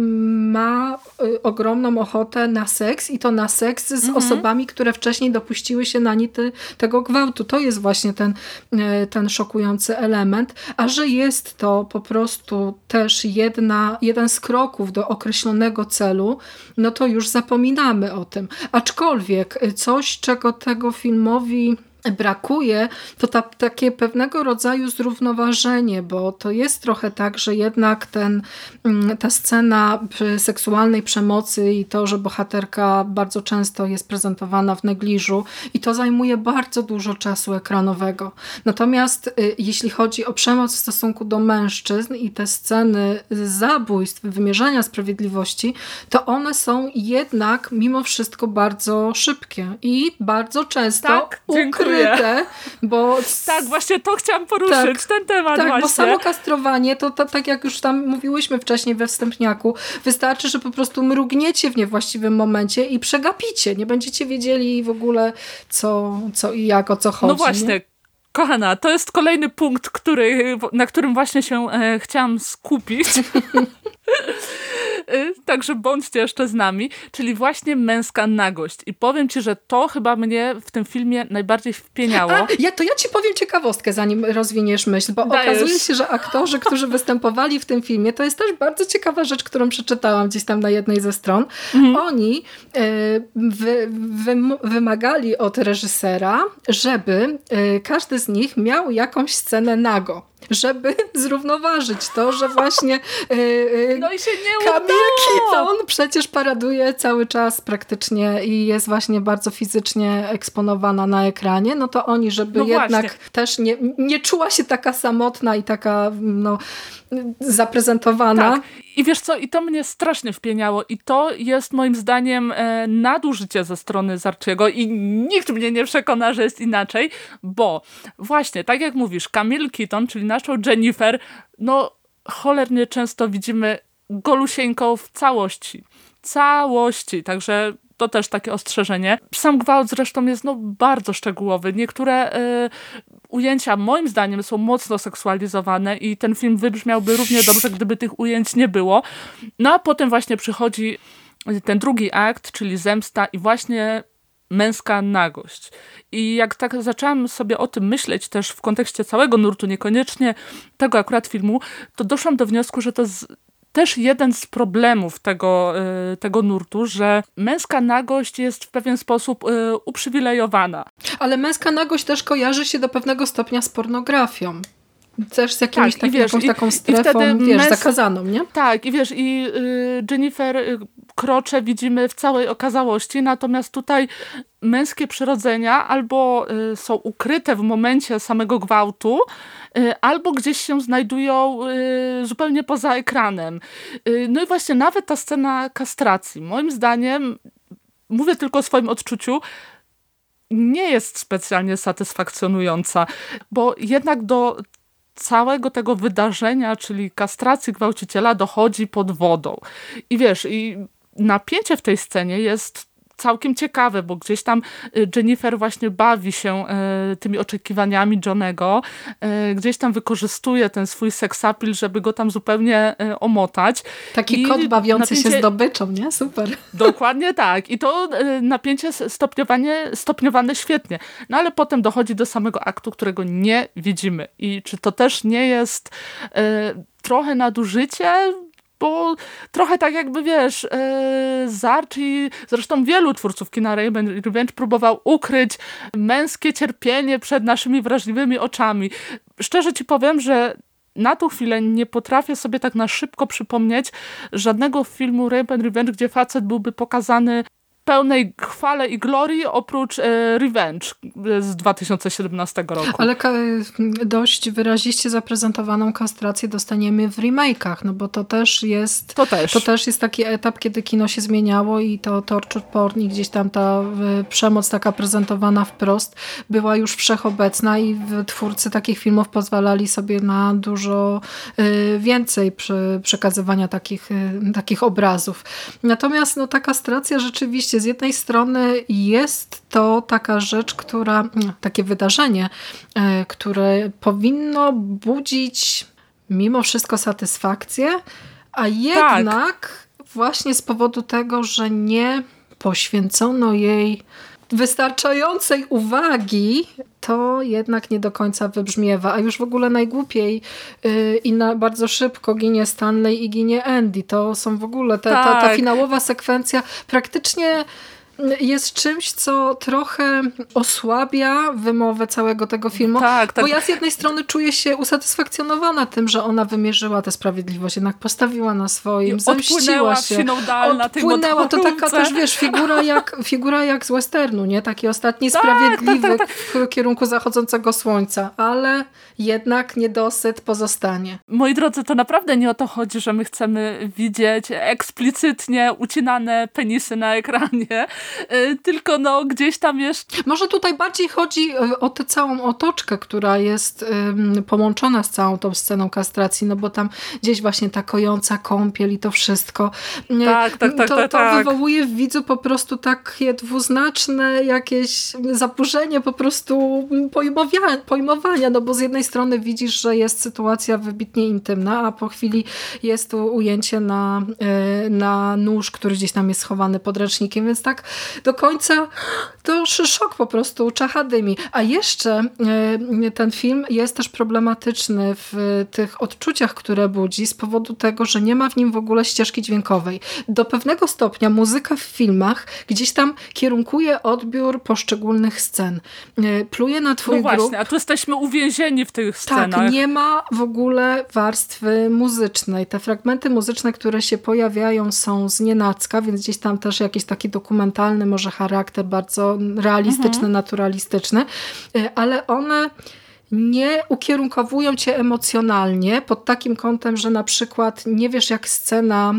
ma ogromną ochotę na seks i to na seks z osobami, które wcześniej dopuściły się na tego gwałtu. To jest właśnie ten szokujący element, a że jest to po prostu też jeden z kroków do określonego celu, no to już zapominamy o tym. Aczkolwiek coś, czego tego filmowi brakuje, to takie pewnego rodzaju zrównoważenie, bo to jest trochę tak, że jednak ta scena seksualnej przemocy i to, że bohaterka bardzo często jest prezentowana w negliżu i to zajmuje bardzo dużo czasu ekranowego. Natomiast jeśli chodzi o przemoc w stosunku do mężczyzn i te sceny zabójstw, wymierzania sprawiedliwości, to one są jednak mimo wszystko bardzo szybkie i bardzo często ukryte. Bo tak, właśnie to chciałam poruszyć, ten temat tak, właśnie. Bo samo kastrowanie, to tak jak już tam mówiłyśmy wcześniej we wstępniaku, wystarczy, że po prostu mrugniecie w niewłaściwym momencie i przegapicie. Nie będziecie wiedzieli w ogóle co i jak, o co chodzi. No właśnie. Nie? Kochana, to jest kolejny punkt, na którym właśnie się chciałam skupić. Także bądźcie jeszcze z nami, czyli właśnie męska nagość. I powiem ci, że to chyba mnie w tym filmie najbardziej wpieniało. Ja ci powiem ciekawostkę, zanim rozwiniesz myśl, bo okazuje się, że aktorzy, którzy występowali w tym filmie, to jest też bardzo ciekawa rzecz, którą przeczytałam gdzieś tam na jednej ze stron. Oni wymagali od reżysera, żeby każdy z nich miał jakąś scenę nago. Żeby zrównoważyć to, że właśnie no i się nie Camille Keaton przecież paraduje cały czas praktycznie i jest właśnie bardzo fizycznie eksponowana na ekranie, no to oni, żeby jednak też nie czuła się taka samotna i taka zaprezentowana. Tak. I wiesz co, i to mnie strasznie wpieniało i to jest moim zdaniem nadużycie ze strony Zarchiego i nikt mnie nie przekona, że jest inaczej, bo właśnie, tak jak mówisz, Camille Keaton, czyli naszą Jennifer, cholernie często widzimy golusieńką w całości, także to też takie ostrzeżenie. Sam gwałt zresztą jest bardzo szczegółowy. Niektóre ujęcia moim zdaniem są mocno seksualizowane i ten film wybrzmiałby równie dobrze, gdyby tych ujęć nie było. No a potem właśnie przychodzi ten drugi akt, czyli zemsta i właśnie męska nagość. I jak tak zaczęłam sobie o tym myśleć też w kontekście całego nurtu, niekoniecznie tego akurat filmu, to doszłam do wniosku, że to jest też jeden z problemów tego nurtu, że męska nagość jest w pewien sposób uprzywilejowana. Ale męska nagość też kojarzy się do pewnego stopnia z pornografią. Też z jakimś jakąś taką strefą, zakazaną, nie? Tak, i Jennifer krocze widzimy w całej okazałości, natomiast tutaj męskie przyrodzenia albo są ukryte w momencie samego gwałtu, albo gdzieś się znajdują zupełnie poza ekranem. No i właśnie nawet ta scena kastracji, moim zdaniem, mówię tylko o swoim odczuciu, nie jest specjalnie satysfakcjonująca, bo jednak do całego tego wydarzenia, czyli kastracji gwałciciela, dochodzi pod wodą. I i napięcie w tej scenie jest całkiem ciekawe, bo gdzieś tam Jennifer właśnie bawi się tymi oczekiwaniami Johnego, gdzieś tam wykorzystuje ten swój seksapil, żeby go tam zupełnie omotać. Taki kot bawiący się zdobyczą, nie? Super. Dokładnie tak. I to napięcie stopniowane świetnie. No ale potem dochodzi do samego aktu, którego nie widzimy. I czy to też nie jest trochę nadużycie? Bo trochę tak jakby, Zarchi, zresztą wielu twórców kina Rape and Revenge próbował ukryć męskie cierpienie przed naszymi wrażliwymi oczami. Szczerze ci powiem, że na tą chwilę nie potrafię sobie tak na szybko przypomnieć żadnego filmu Rape and Revenge, gdzie facet byłby pokazany pełnej chwale i glorii, oprócz Revenge z 2017 roku. Ale dość wyraziście zaprezentowaną kastrację dostaniemy w remake'ach, no bo to też jest taki etap, kiedy kino się zmieniało i to torture porn i gdzieś tam ta przemoc taka prezentowana wprost była już wszechobecna i twórcy takich filmów pozwalali sobie na dużo więcej przekazywania takich obrazów. Natomiast ta kastracja rzeczywiście z jednej strony jest to taka rzecz, takie wydarzenie, które powinno budzić mimo wszystko satysfakcję, a jednak właśnie z powodu tego, że nie poświęcono jej wystarczającej uwagi, to jednak nie do końca wybrzmiewa. A już w ogóle najgłupiej i bardzo szybko ginie Stanley i ginie Andy. To są w ogóle ta finałowa sekwencja praktycznie jest czymś, co trochę osłabia wymowę całego tego filmu. Tak. Bo ja z jednej strony czuję się usatysfakcjonowana tym, że ona wymierzyła tę sprawiedliwość, jednak postawiła na swoim, zemściła się. Odpłynęła, to taka też, wiesz, figura jak z westernu, nie? Taki ostatni sprawiedliwy w kierunku zachodzącego słońca, ale jednak niedosyt pozostanie. Moi drodzy, to naprawdę nie o to chodzi, że my chcemy widzieć eksplicytnie ucinane penisy na ekranie, tylko no gdzieś tam jeszcze... Może tutaj bardziej chodzi o tę całą otoczkę, która jest połączona z całą tą sceną kastracji, no bo tam gdzieś właśnie ta kojąca kąpiel i to wszystko. To wywołuje w widzu po prostu takie dwuznaczne jakieś zaburzenie po prostu pojmowania, no bo z jednej strony widzisz, że jest sytuacja wybitnie intymna, a po chwili jest tu ujęcie na nóż, który gdzieś tam jest schowany pod ręcznikiem, więc tak do końca to szok po prostu, czacha dymi. A jeszcze ten film jest też problematyczny w tych odczuciach, które budzi z powodu tego, że nie ma w nim w ogóle ścieżki dźwiękowej. Do pewnego stopnia muzyka w filmach gdzieś tam kierunkuje odbiór poszczególnych scen. Pluje na twój grup. No właśnie, a tu jesteśmy uwięzieni w tych scenach. Tak, nie ma w ogóle warstwy muzycznej. Te fragmenty muzyczne, które się pojawiają, są znienacka, więc gdzieś tam też jakiś taki dokumentalny może charakter, bardzo realistyczny, naturalistyczny, ale one nie ukierunkowują cię emocjonalnie pod takim kątem, że na przykład nie wiesz, jak scena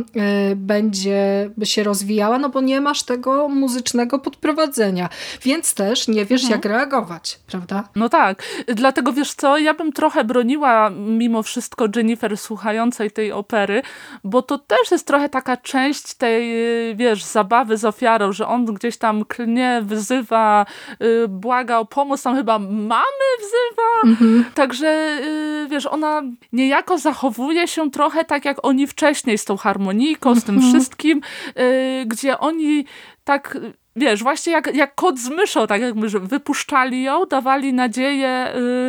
będzie się rozwijała, no bo nie masz tego muzycznego podprowadzenia, więc też nie wiesz, jak reagować, prawda? No tak, dlatego wiesz co, ja bym trochę broniła mimo wszystko Jennifer słuchającej tej opery, bo to też jest trochę taka część tej, wiesz, zabawy z ofiarą, że on gdzieś tam klnie, wyzywa, błaga o pomoc, tam chyba mamy wzywa. Także wiesz, ona niejako zachowuje się trochę tak jak oni wcześniej z tą harmonijką, z tym wszystkim, gdzie oni tak, wiesz, właśnie jak kot z myszą, tak jak my, że wypuszczali ją, dawali nadzieję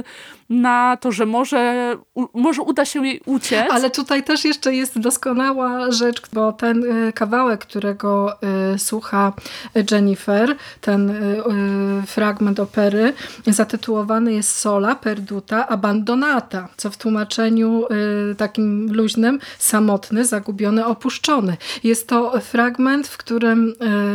na to, że może uda się jej uciec. Ale tutaj też jeszcze jest doskonała rzecz, bo ten kawałek, którego słucha Jennifer, ten fragment opery zatytułowany jest Sola perduta abbandonata, co w tłumaczeniu takim luźnym, samotny, zagubiony, opuszczony. Jest to fragment, w którym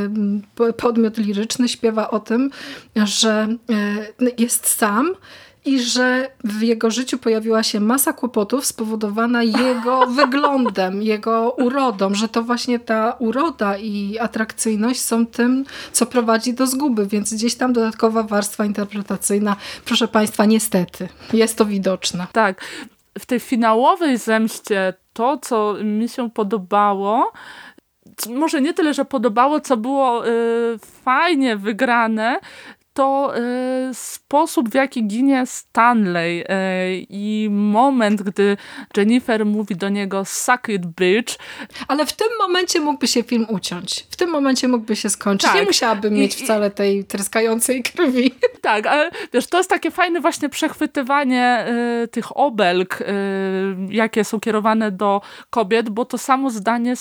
podmiot liryczny śpiewa o tym, że jest sam i że w jego życiu pojawiła się masa kłopotów spowodowana jego wyglądem, jego urodą, że to właśnie ta uroda i atrakcyjność są tym, co prowadzi do zguby, więc gdzieś tam dodatkowa warstwa interpretacyjna, proszę Państwa, niestety, jest to widoczne. Tak, w tej finałowej zemście to, co mi się podobało, może nie tyle, że podobało, co było fajnie wygrane, to sposób, w jaki ginie Stanley i moment, gdy Jennifer mówi do niego suck it, bitch. Ale w tym momencie mógłby się film uciąć. W tym momencie mógłby się skończyć. Tak. Nie musiałabym mieć wcale tej tryskającej krwi. Tak, ale wiesz, to jest takie fajne właśnie przechwytywanie tych obelg, jakie są kierowane do kobiet, bo to samo zdanie,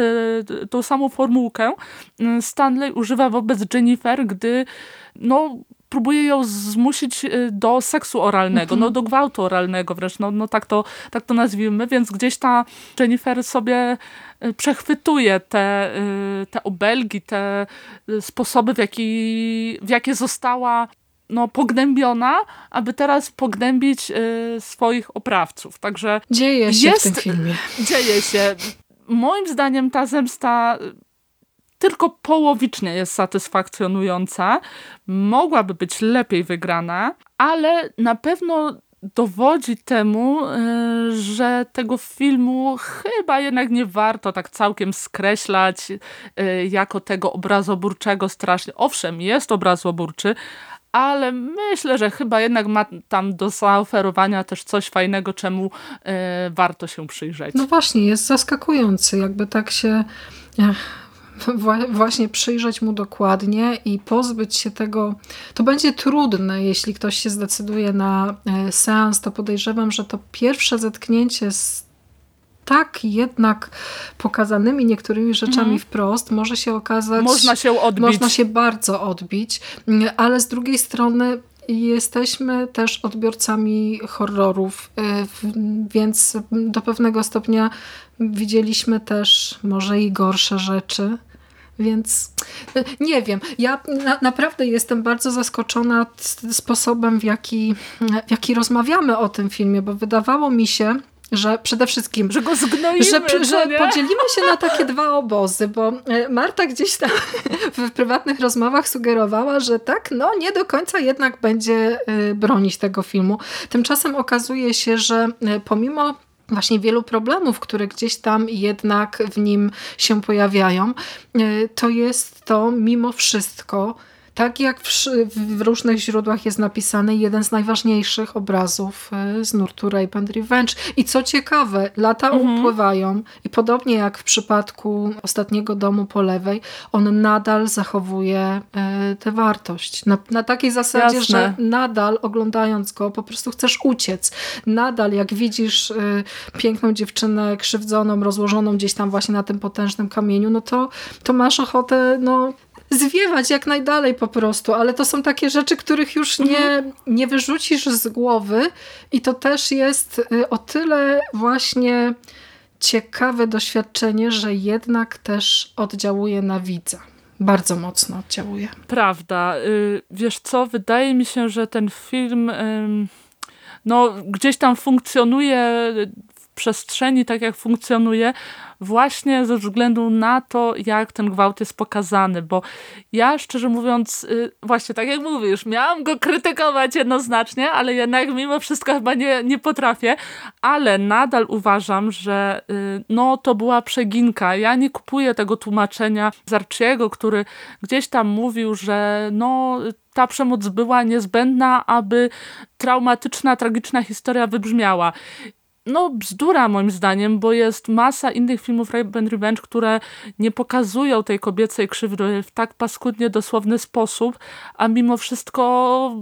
tą samą formułkę Stanley używa wobec Jennifer, gdy próbuje ją zmusić do seksu oralnego, do gwałtu oralnego wręcz, tak to nazwijmy, więc gdzieś ta Jennifer sobie przechwytuje te obelgi, te sposoby, w jakie została pognębiona, aby teraz pognębić swoich oprawców. Także dzieje się w tym filmie. Dzieje się. Moim zdaniem ta zemsta tylko połowicznie jest satysfakcjonująca. Mogłaby być lepiej wygrana, ale na pewno dowodzi temu, że tego filmu chyba jednak nie warto tak całkiem skreślać jako tego obrazoburczego strasznie. Owszem, jest obrazoburczy, ale myślę, że chyba jednak ma tam do zaoferowania też coś fajnego, czemu warto się przyjrzeć. No właśnie, jest zaskakujący, jakby tak się właśnie przyjrzeć mu dokładnie i pozbyć się tego. To będzie trudne, jeśli ktoś się zdecyduje na seans, to podejrzewam, że to pierwsze zetknięcie z tak jednak pokazanymi niektórymi rzeczami wprost może się okazać... Można się odbić. Można się bardzo odbić, ale z drugiej strony jesteśmy też odbiorcami horrorów, więc do pewnego stopnia widzieliśmy też może i gorsze rzeczy. Więc nie wiem, ja naprawdę jestem bardzo zaskoczona sposobem, w jaki rozmawiamy o tym filmie, bo wydawało mi się, że przede wszystkim, że go zgnoimy, że podzielimy się na takie dwa obozy, bo Marta gdzieś tam w prywatnych rozmowach sugerowała, że tak, nie do końca jednak będzie bronić tego filmu. Tymczasem okazuje się, że pomimo właśnie wielu problemów, które gdzieś tam jednak w nim się pojawiają, to jest to mimo wszystko, tak jak w różnych źródłach jest napisane, jeden z najważniejszych obrazów z nurtu Rape and Revenge. I co ciekawe, lata upływają i podobnie jak w przypadku Ostatniego domu po lewej, on nadal zachowuje tę wartość. Na takiej zasadzie, że nadal oglądając go po prostu chcesz uciec. Nadal jak widzisz piękną dziewczynę krzywdzoną, rozłożoną gdzieś tam właśnie na tym potężnym kamieniu, to masz ochotę zwiewać jak najdalej po prostu, ale to są takie rzeczy, których już nie wyrzucisz z głowy i to też jest o tyle właśnie ciekawe doświadczenie, że jednak też oddziałuje na widza. Bardzo mocno oddziałuje. Prawda. Wiesz co, wydaje mi się, że ten film gdzieś tam funkcjonuje w przestrzeni tak jak funkcjonuje właśnie ze względu na to, jak ten gwałt jest pokazany, bo ja szczerze mówiąc, właśnie tak jak mówisz, miałam go krytykować jednoznacznie, ale jednak mimo wszystko chyba nie potrafię, ale nadal uważam, że to była przeginka. Ja nie kupuję tego tłumaczenia Zarchiego, który gdzieś tam mówił, że ta przemoc była niezbędna, aby traumatyczna, tragiczna historia wybrzmiała. Bzdura moim zdaniem, bo jest masa innych filmów Rape and Revenge, które nie pokazują tej kobiecej krzywdy w tak paskudnie dosłowny sposób, a mimo wszystko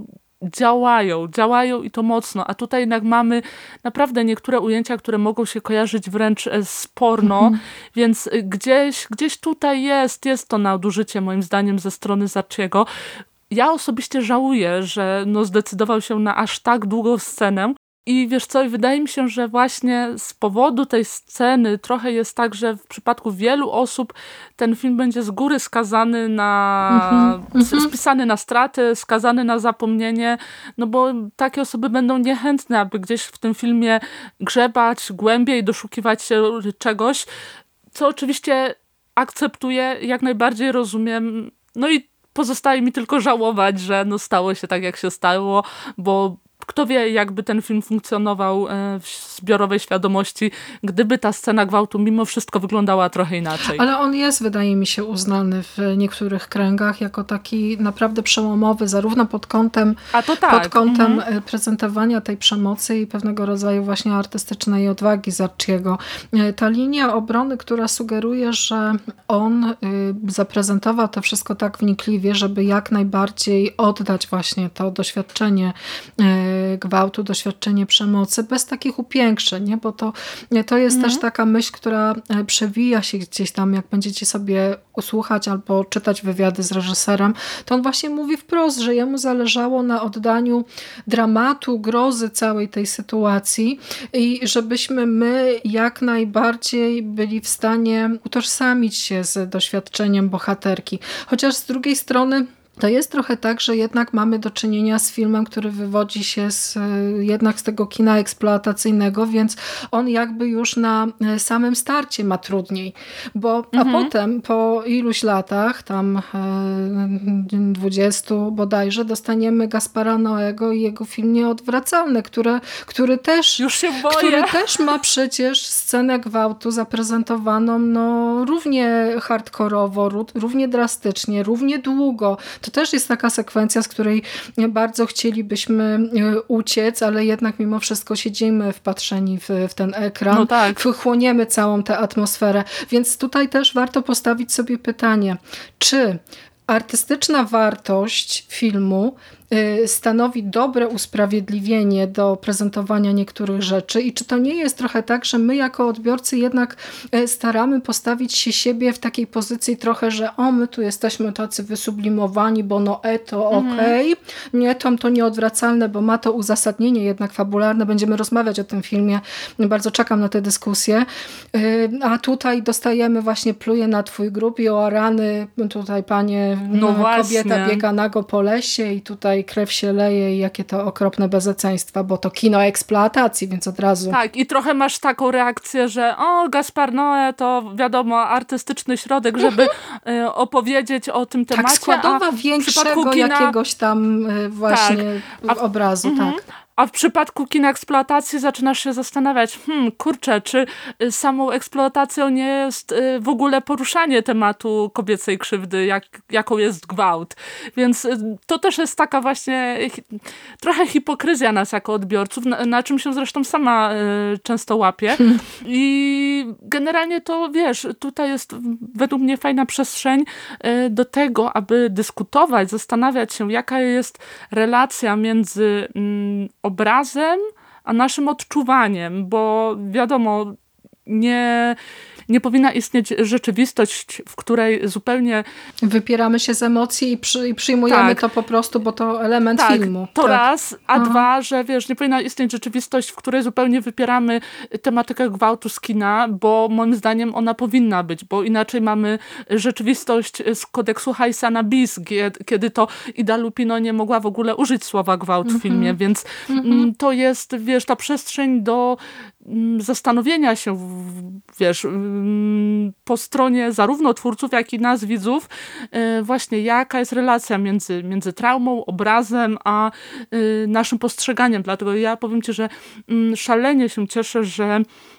działają i to mocno. A tutaj jednak mamy naprawdę niektóre ujęcia, które mogą się kojarzyć wręcz z porno, więc gdzieś tutaj jest to nadużycie moim zdaniem ze strony Zarchiego. Ja osobiście żałuję, że zdecydował się na aż tak długą scenę. I wiesz co, wydaje mi się, że właśnie z powodu tej sceny trochę jest tak, że w przypadku wielu osób ten film będzie z góry skazany na spisany na straty, skazany na zapomnienie, bo takie osoby będą niechętne, aby gdzieś w tym filmie grzebać głębiej, doszukiwać się czegoś, co oczywiście akceptuję, jak najbardziej rozumiem. I pozostaje mi tylko żałować, że stało się tak, jak się stało, bo kto wie, jakby ten film funkcjonował w zbiorowej świadomości, gdyby ta scena gwałtu mimo wszystko wyglądała trochę inaczej. Ale on jest, wydaje mi się, uznany w niektórych kręgach jako taki naprawdę przełomowy, zarówno pod kątem, prezentowania tej przemocy i pewnego rodzaju właśnie artystycznej odwagi Zarchiego. Ta linia obrony, która sugeruje, że on zaprezentował to wszystko tak wnikliwie, żeby jak najbardziej oddać właśnie to doświadczenie gwałtu, doświadczenie przemocy bez takich upiększeń, nie? Bo to jest też taka myśl, która przewija się gdzieś tam, jak będziecie sobie słuchać albo czytać wywiady z reżyserem, to on właśnie mówi wprost, że jemu zależało na oddaniu dramatu, grozy całej tej sytuacji i żebyśmy my jak najbardziej byli w stanie utożsamić się z doświadczeniem bohaterki. Chociaż z drugiej strony to jest trochę tak, że jednak mamy do czynienia z filmem, który wywodzi się jednak z tego kina eksploatacyjnego, więc on jakby już na samym starcie ma trudniej. A potem po iluś latach, tam 20 bodajże, dostaniemy Gaspara Noego i jego film Nieodwracalny, który też ma przecież scenę gwałtu zaprezentowaną równie hardkorowo, równie drastycznie, równie długo. To też jest taka sekwencja, z której bardzo chcielibyśmy uciec, ale jednak mimo wszystko siedzimy wpatrzeni w ten ekran. Chłoniemy całą tę atmosferę. Więc tutaj też warto postawić sobie pytanie, czy artystyczna wartość filmu stanowi dobre usprawiedliwienie do prezentowania niektórych rzeczy i czy to nie jest trochę tak, że my jako odbiorcy jednak staramy postawić się siebie w takiej pozycji trochę, że my tu jesteśmy tacy wysublimowani, bo to okej. Nie, to nieodwracalne, bo ma to uzasadnienie jednak fabularne. Będziemy rozmawiać o tym filmie. Bardzo czekam na tę dyskusję. A tutaj dostajemy właśnie pluje na twój grób i o rany, tutaj panie, kobieta biega nago po lesie i tutaj krew się leje i jakie to okropne bezeceństwa, bo to kino eksploatacji, więc od razu. Tak, i trochę masz taką reakcję, że Gaspar Noé to wiadomo artystyczny środek, żeby opowiedzieć o tym temacie. Tak, składowa większego jakiegoś tam właśnie obrazu, tak. A w przypadku kina eksploatacji zaczynasz się zastanawiać, kurczę, czy samą eksploatacją nie jest w ogóle poruszanie tematu kobiecej krzywdy, jaką jest gwałt. Więc to też jest taka właśnie trochę hipokryzja nas jako odbiorców, na czym się zresztą sama często łapię. I generalnie to, wiesz, tutaj jest według mnie fajna przestrzeń do tego, aby dyskutować, zastanawiać się, jaka jest relacja między obrazem, a naszym odczuwaniem, bo wiadomo, nie powinna istnieć rzeczywistość, w której zupełnie... Wypieramy się z emocji i przyjmujemy to po prostu, bo to element filmu. To raz, a dwa, że wiesz, nie powinna istnieć rzeczywistość, w której zupełnie wypieramy tematykę gwałtu z kina, bo moim zdaniem ona powinna być, bo inaczej mamy rzeczywistość z kodeksu Haysana bis, kiedy to Ida Lupino nie mogła w ogóle użyć słowa gwałt w filmie, więc to jest, wiesz, ta przestrzeń do zastanowienia się, wiesz, po stronie zarówno twórców, jak i nas, widzów, właśnie jaka jest relacja między traumą, obrazem, a naszym postrzeganiem. Dlatego ja powiem ci, że szalenie się cieszę, że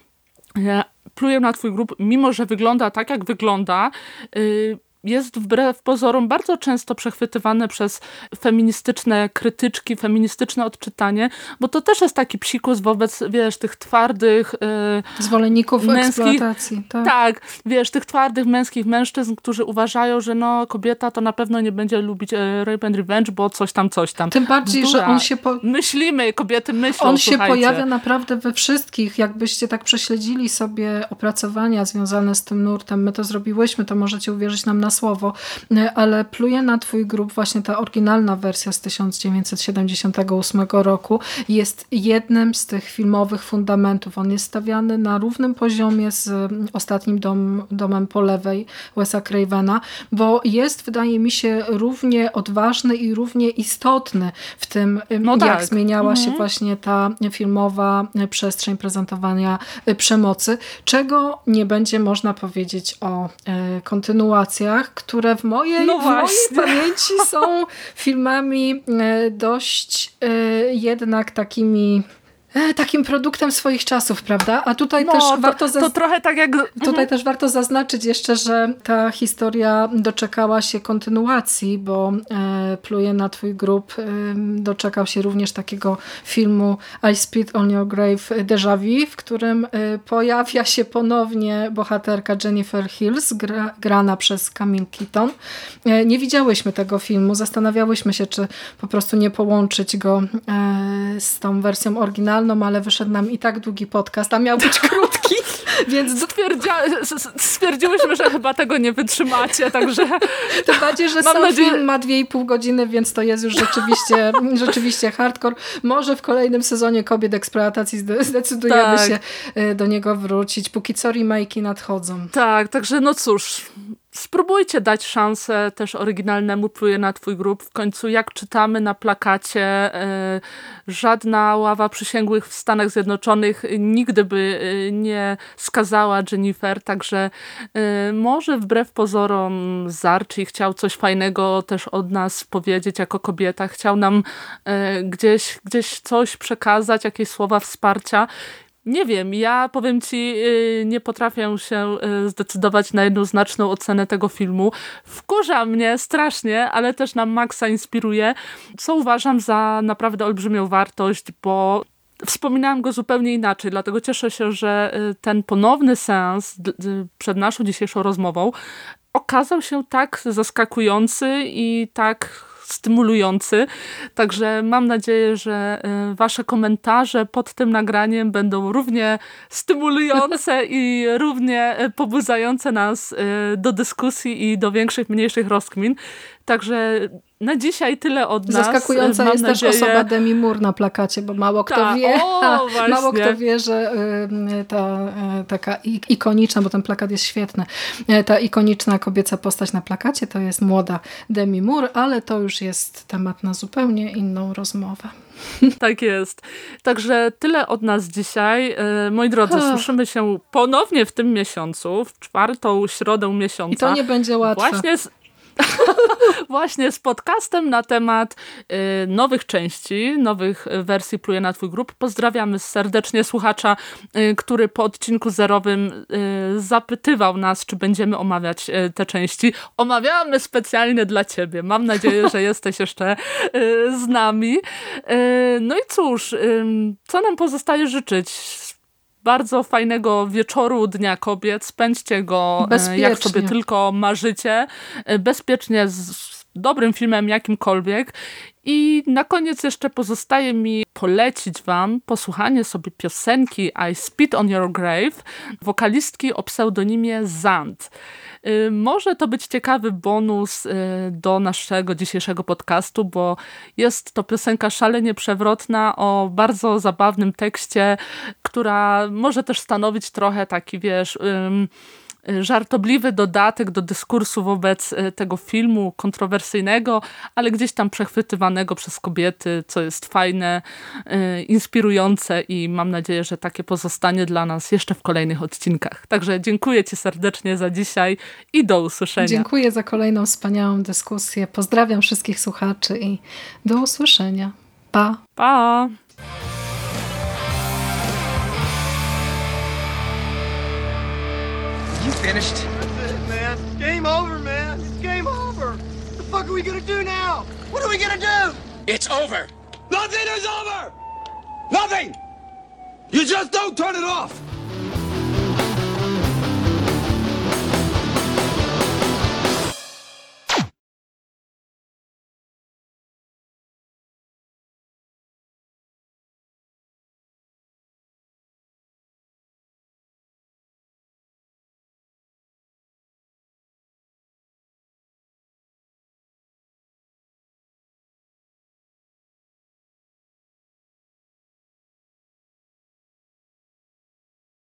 Pluję na twój grób, mimo że wygląda tak, jak wygląda, jest wbrew pozorom bardzo często przechwytywane przez feministyczne krytyczki, feministyczne odczytanie, bo to też jest taki psikus wobec, wiesz, tych twardych zwolenników męskich, eksploatacji. Tak, wiesz, tych twardych męskich mężczyzn, którzy uważają, że kobieta to na pewno nie będzie lubić Rape and Revenge, bo coś tam. Tym bardziej, że on się... Myślimy, kobiety myślą, on się pojawia naprawdę we wszystkich. Jakbyście tak prześledzili sobie opracowania związane z tym nurtem, my to zrobiłyśmy, to możecie uwierzyć nam na słowo, ale Pluję na twój grób, właśnie ta oryginalna wersja z 1978 roku jest jednym z tych filmowych fundamentów. On jest stawiany na równym poziomie z Ostatnim domem po lewej Wesa Cravena, bo jest, wydaje mi się, równie odważny i równie istotny w tym, jak zmieniała się właśnie ta filmowa przestrzeń prezentowania przemocy, czego nie będzie można powiedzieć o kontynuacjach, które w mojej pamięci są filmami dość jednak takim produktem swoich czasów, prawda? A tutaj też warto to trochę tak jak... Tutaj też warto zaznaczyć jeszcze, że ta historia doczekała się kontynuacji, bo Pluję na twój grób doczekał się również takiego filmu I Spit on Your Grave Déjà Vu, w którym pojawia się ponownie bohaterka Jennifer Hills, grana przez Camille Keaton. Nie widziałyśmy tego filmu, zastanawiałyśmy się, czy po prostu nie połączyć go z tą wersją oryginalną, ale wyszedł nam i tak długi podcast, a miał być krótki, więc stwierdziłyśmy, że chyba tego nie wytrzymacie, także... Tym bardziej, że sam film ma 2,5 godziny, więc to jest już rzeczywiście hardcore. Może w kolejnym sezonie Kobiet eksploatacji zdecydujemy się do niego wrócić. Póki co remake'i nadchodzą. Tak, także no cóż... Spróbujcie dać szansę też oryginalnemu Pluję na twój grób. W końcu jak czytamy na plakacie, żadna ława przysięgłych w Stanach Zjednoczonych nigdy by nie skazała Jennifer, także może wbrew pozorom Zarchi chciał coś fajnego też od nas powiedzieć jako kobieta. Chciał nam gdzieś coś przekazać, jakieś słowa wsparcia. Nie wiem, ja powiem ci, nie potrafię się zdecydować na jednoznaczną ocenę tego filmu. Wkurza mnie strasznie, ale też na maksa inspiruje, co uważam za naprawdę olbrzymią wartość, bo wspominałam go zupełnie inaczej, dlatego cieszę się, że ten ponowny seans przed naszą dzisiejszą rozmową okazał się tak zaskakujący i tak stymulujący. Także mam nadzieję, że wasze komentarze pod tym nagraniem będą równie stymulujące i równie pobudzające nas do dyskusji i do większych, mniejszych rozkmin. Także na dzisiaj tyle od nas. Zaskakująca jest też osoba Demi Moore na plakacie, bo mało kto wie, mało kto wie, że ta taka ikoniczna, bo ten plakat jest świetny, ta ikoniczna kobieca postać na plakacie to jest młoda Demi Moore, ale to już jest temat na zupełnie inną rozmowę. Tak jest. Także tyle od nas dzisiaj. Moi drodzy, słyszymy się ponownie w tym miesiącu, w 4. środę miesiąca. I to nie będzie łatwe. Właśnie z podcastem na temat nowych części, nowych wersji Pluje na Twój grób. Pozdrawiamy serdecznie słuchacza, który po odcinku 0 zapytywał nas, czy będziemy omawiać te części. Omawiamy specjalnie dla ciebie. Mam nadzieję, że jesteś jeszcze z nami. No i cóż, co nam pozostaje życzyć? Bardzo fajnego wieczoru Dnia Kobiet. Spędźcie go jak sobie tylko marzycie. Bezpiecznie, z dobrym filmem jakimkolwiek. I na koniec jeszcze pozostaje mi polecić wam posłuchanie sobie piosenki I Spit on Your Grave wokalistki o pseudonimie Zand. Może to być ciekawy bonus do naszego dzisiejszego podcastu, bo jest to piosenka szalenie przewrotna o bardzo zabawnym tekście, która może też stanowić trochę taki, żartobliwy dodatek do dyskursu wobec tego filmu kontrowersyjnego, ale gdzieś tam przechwytywanego przez kobiety, co jest fajne, inspirujące i mam nadzieję, że takie pozostanie dla nas jeszcze w kolejnych odcinkach. Także dziękuję ci serdecznie za dzisiaj i do usłyszenia. Dziękuję za kolejną wspaniałą dyskusję. Pozdrawiam wszystkich słuchaczy i do usłyszenia. Pa! Pa! You finished? That's it, man. Game over, man. It's game over. What the fuck are we gonna do now? What are we gonna do? It's over. Nothing is over! Nothing! You just don't turn it off!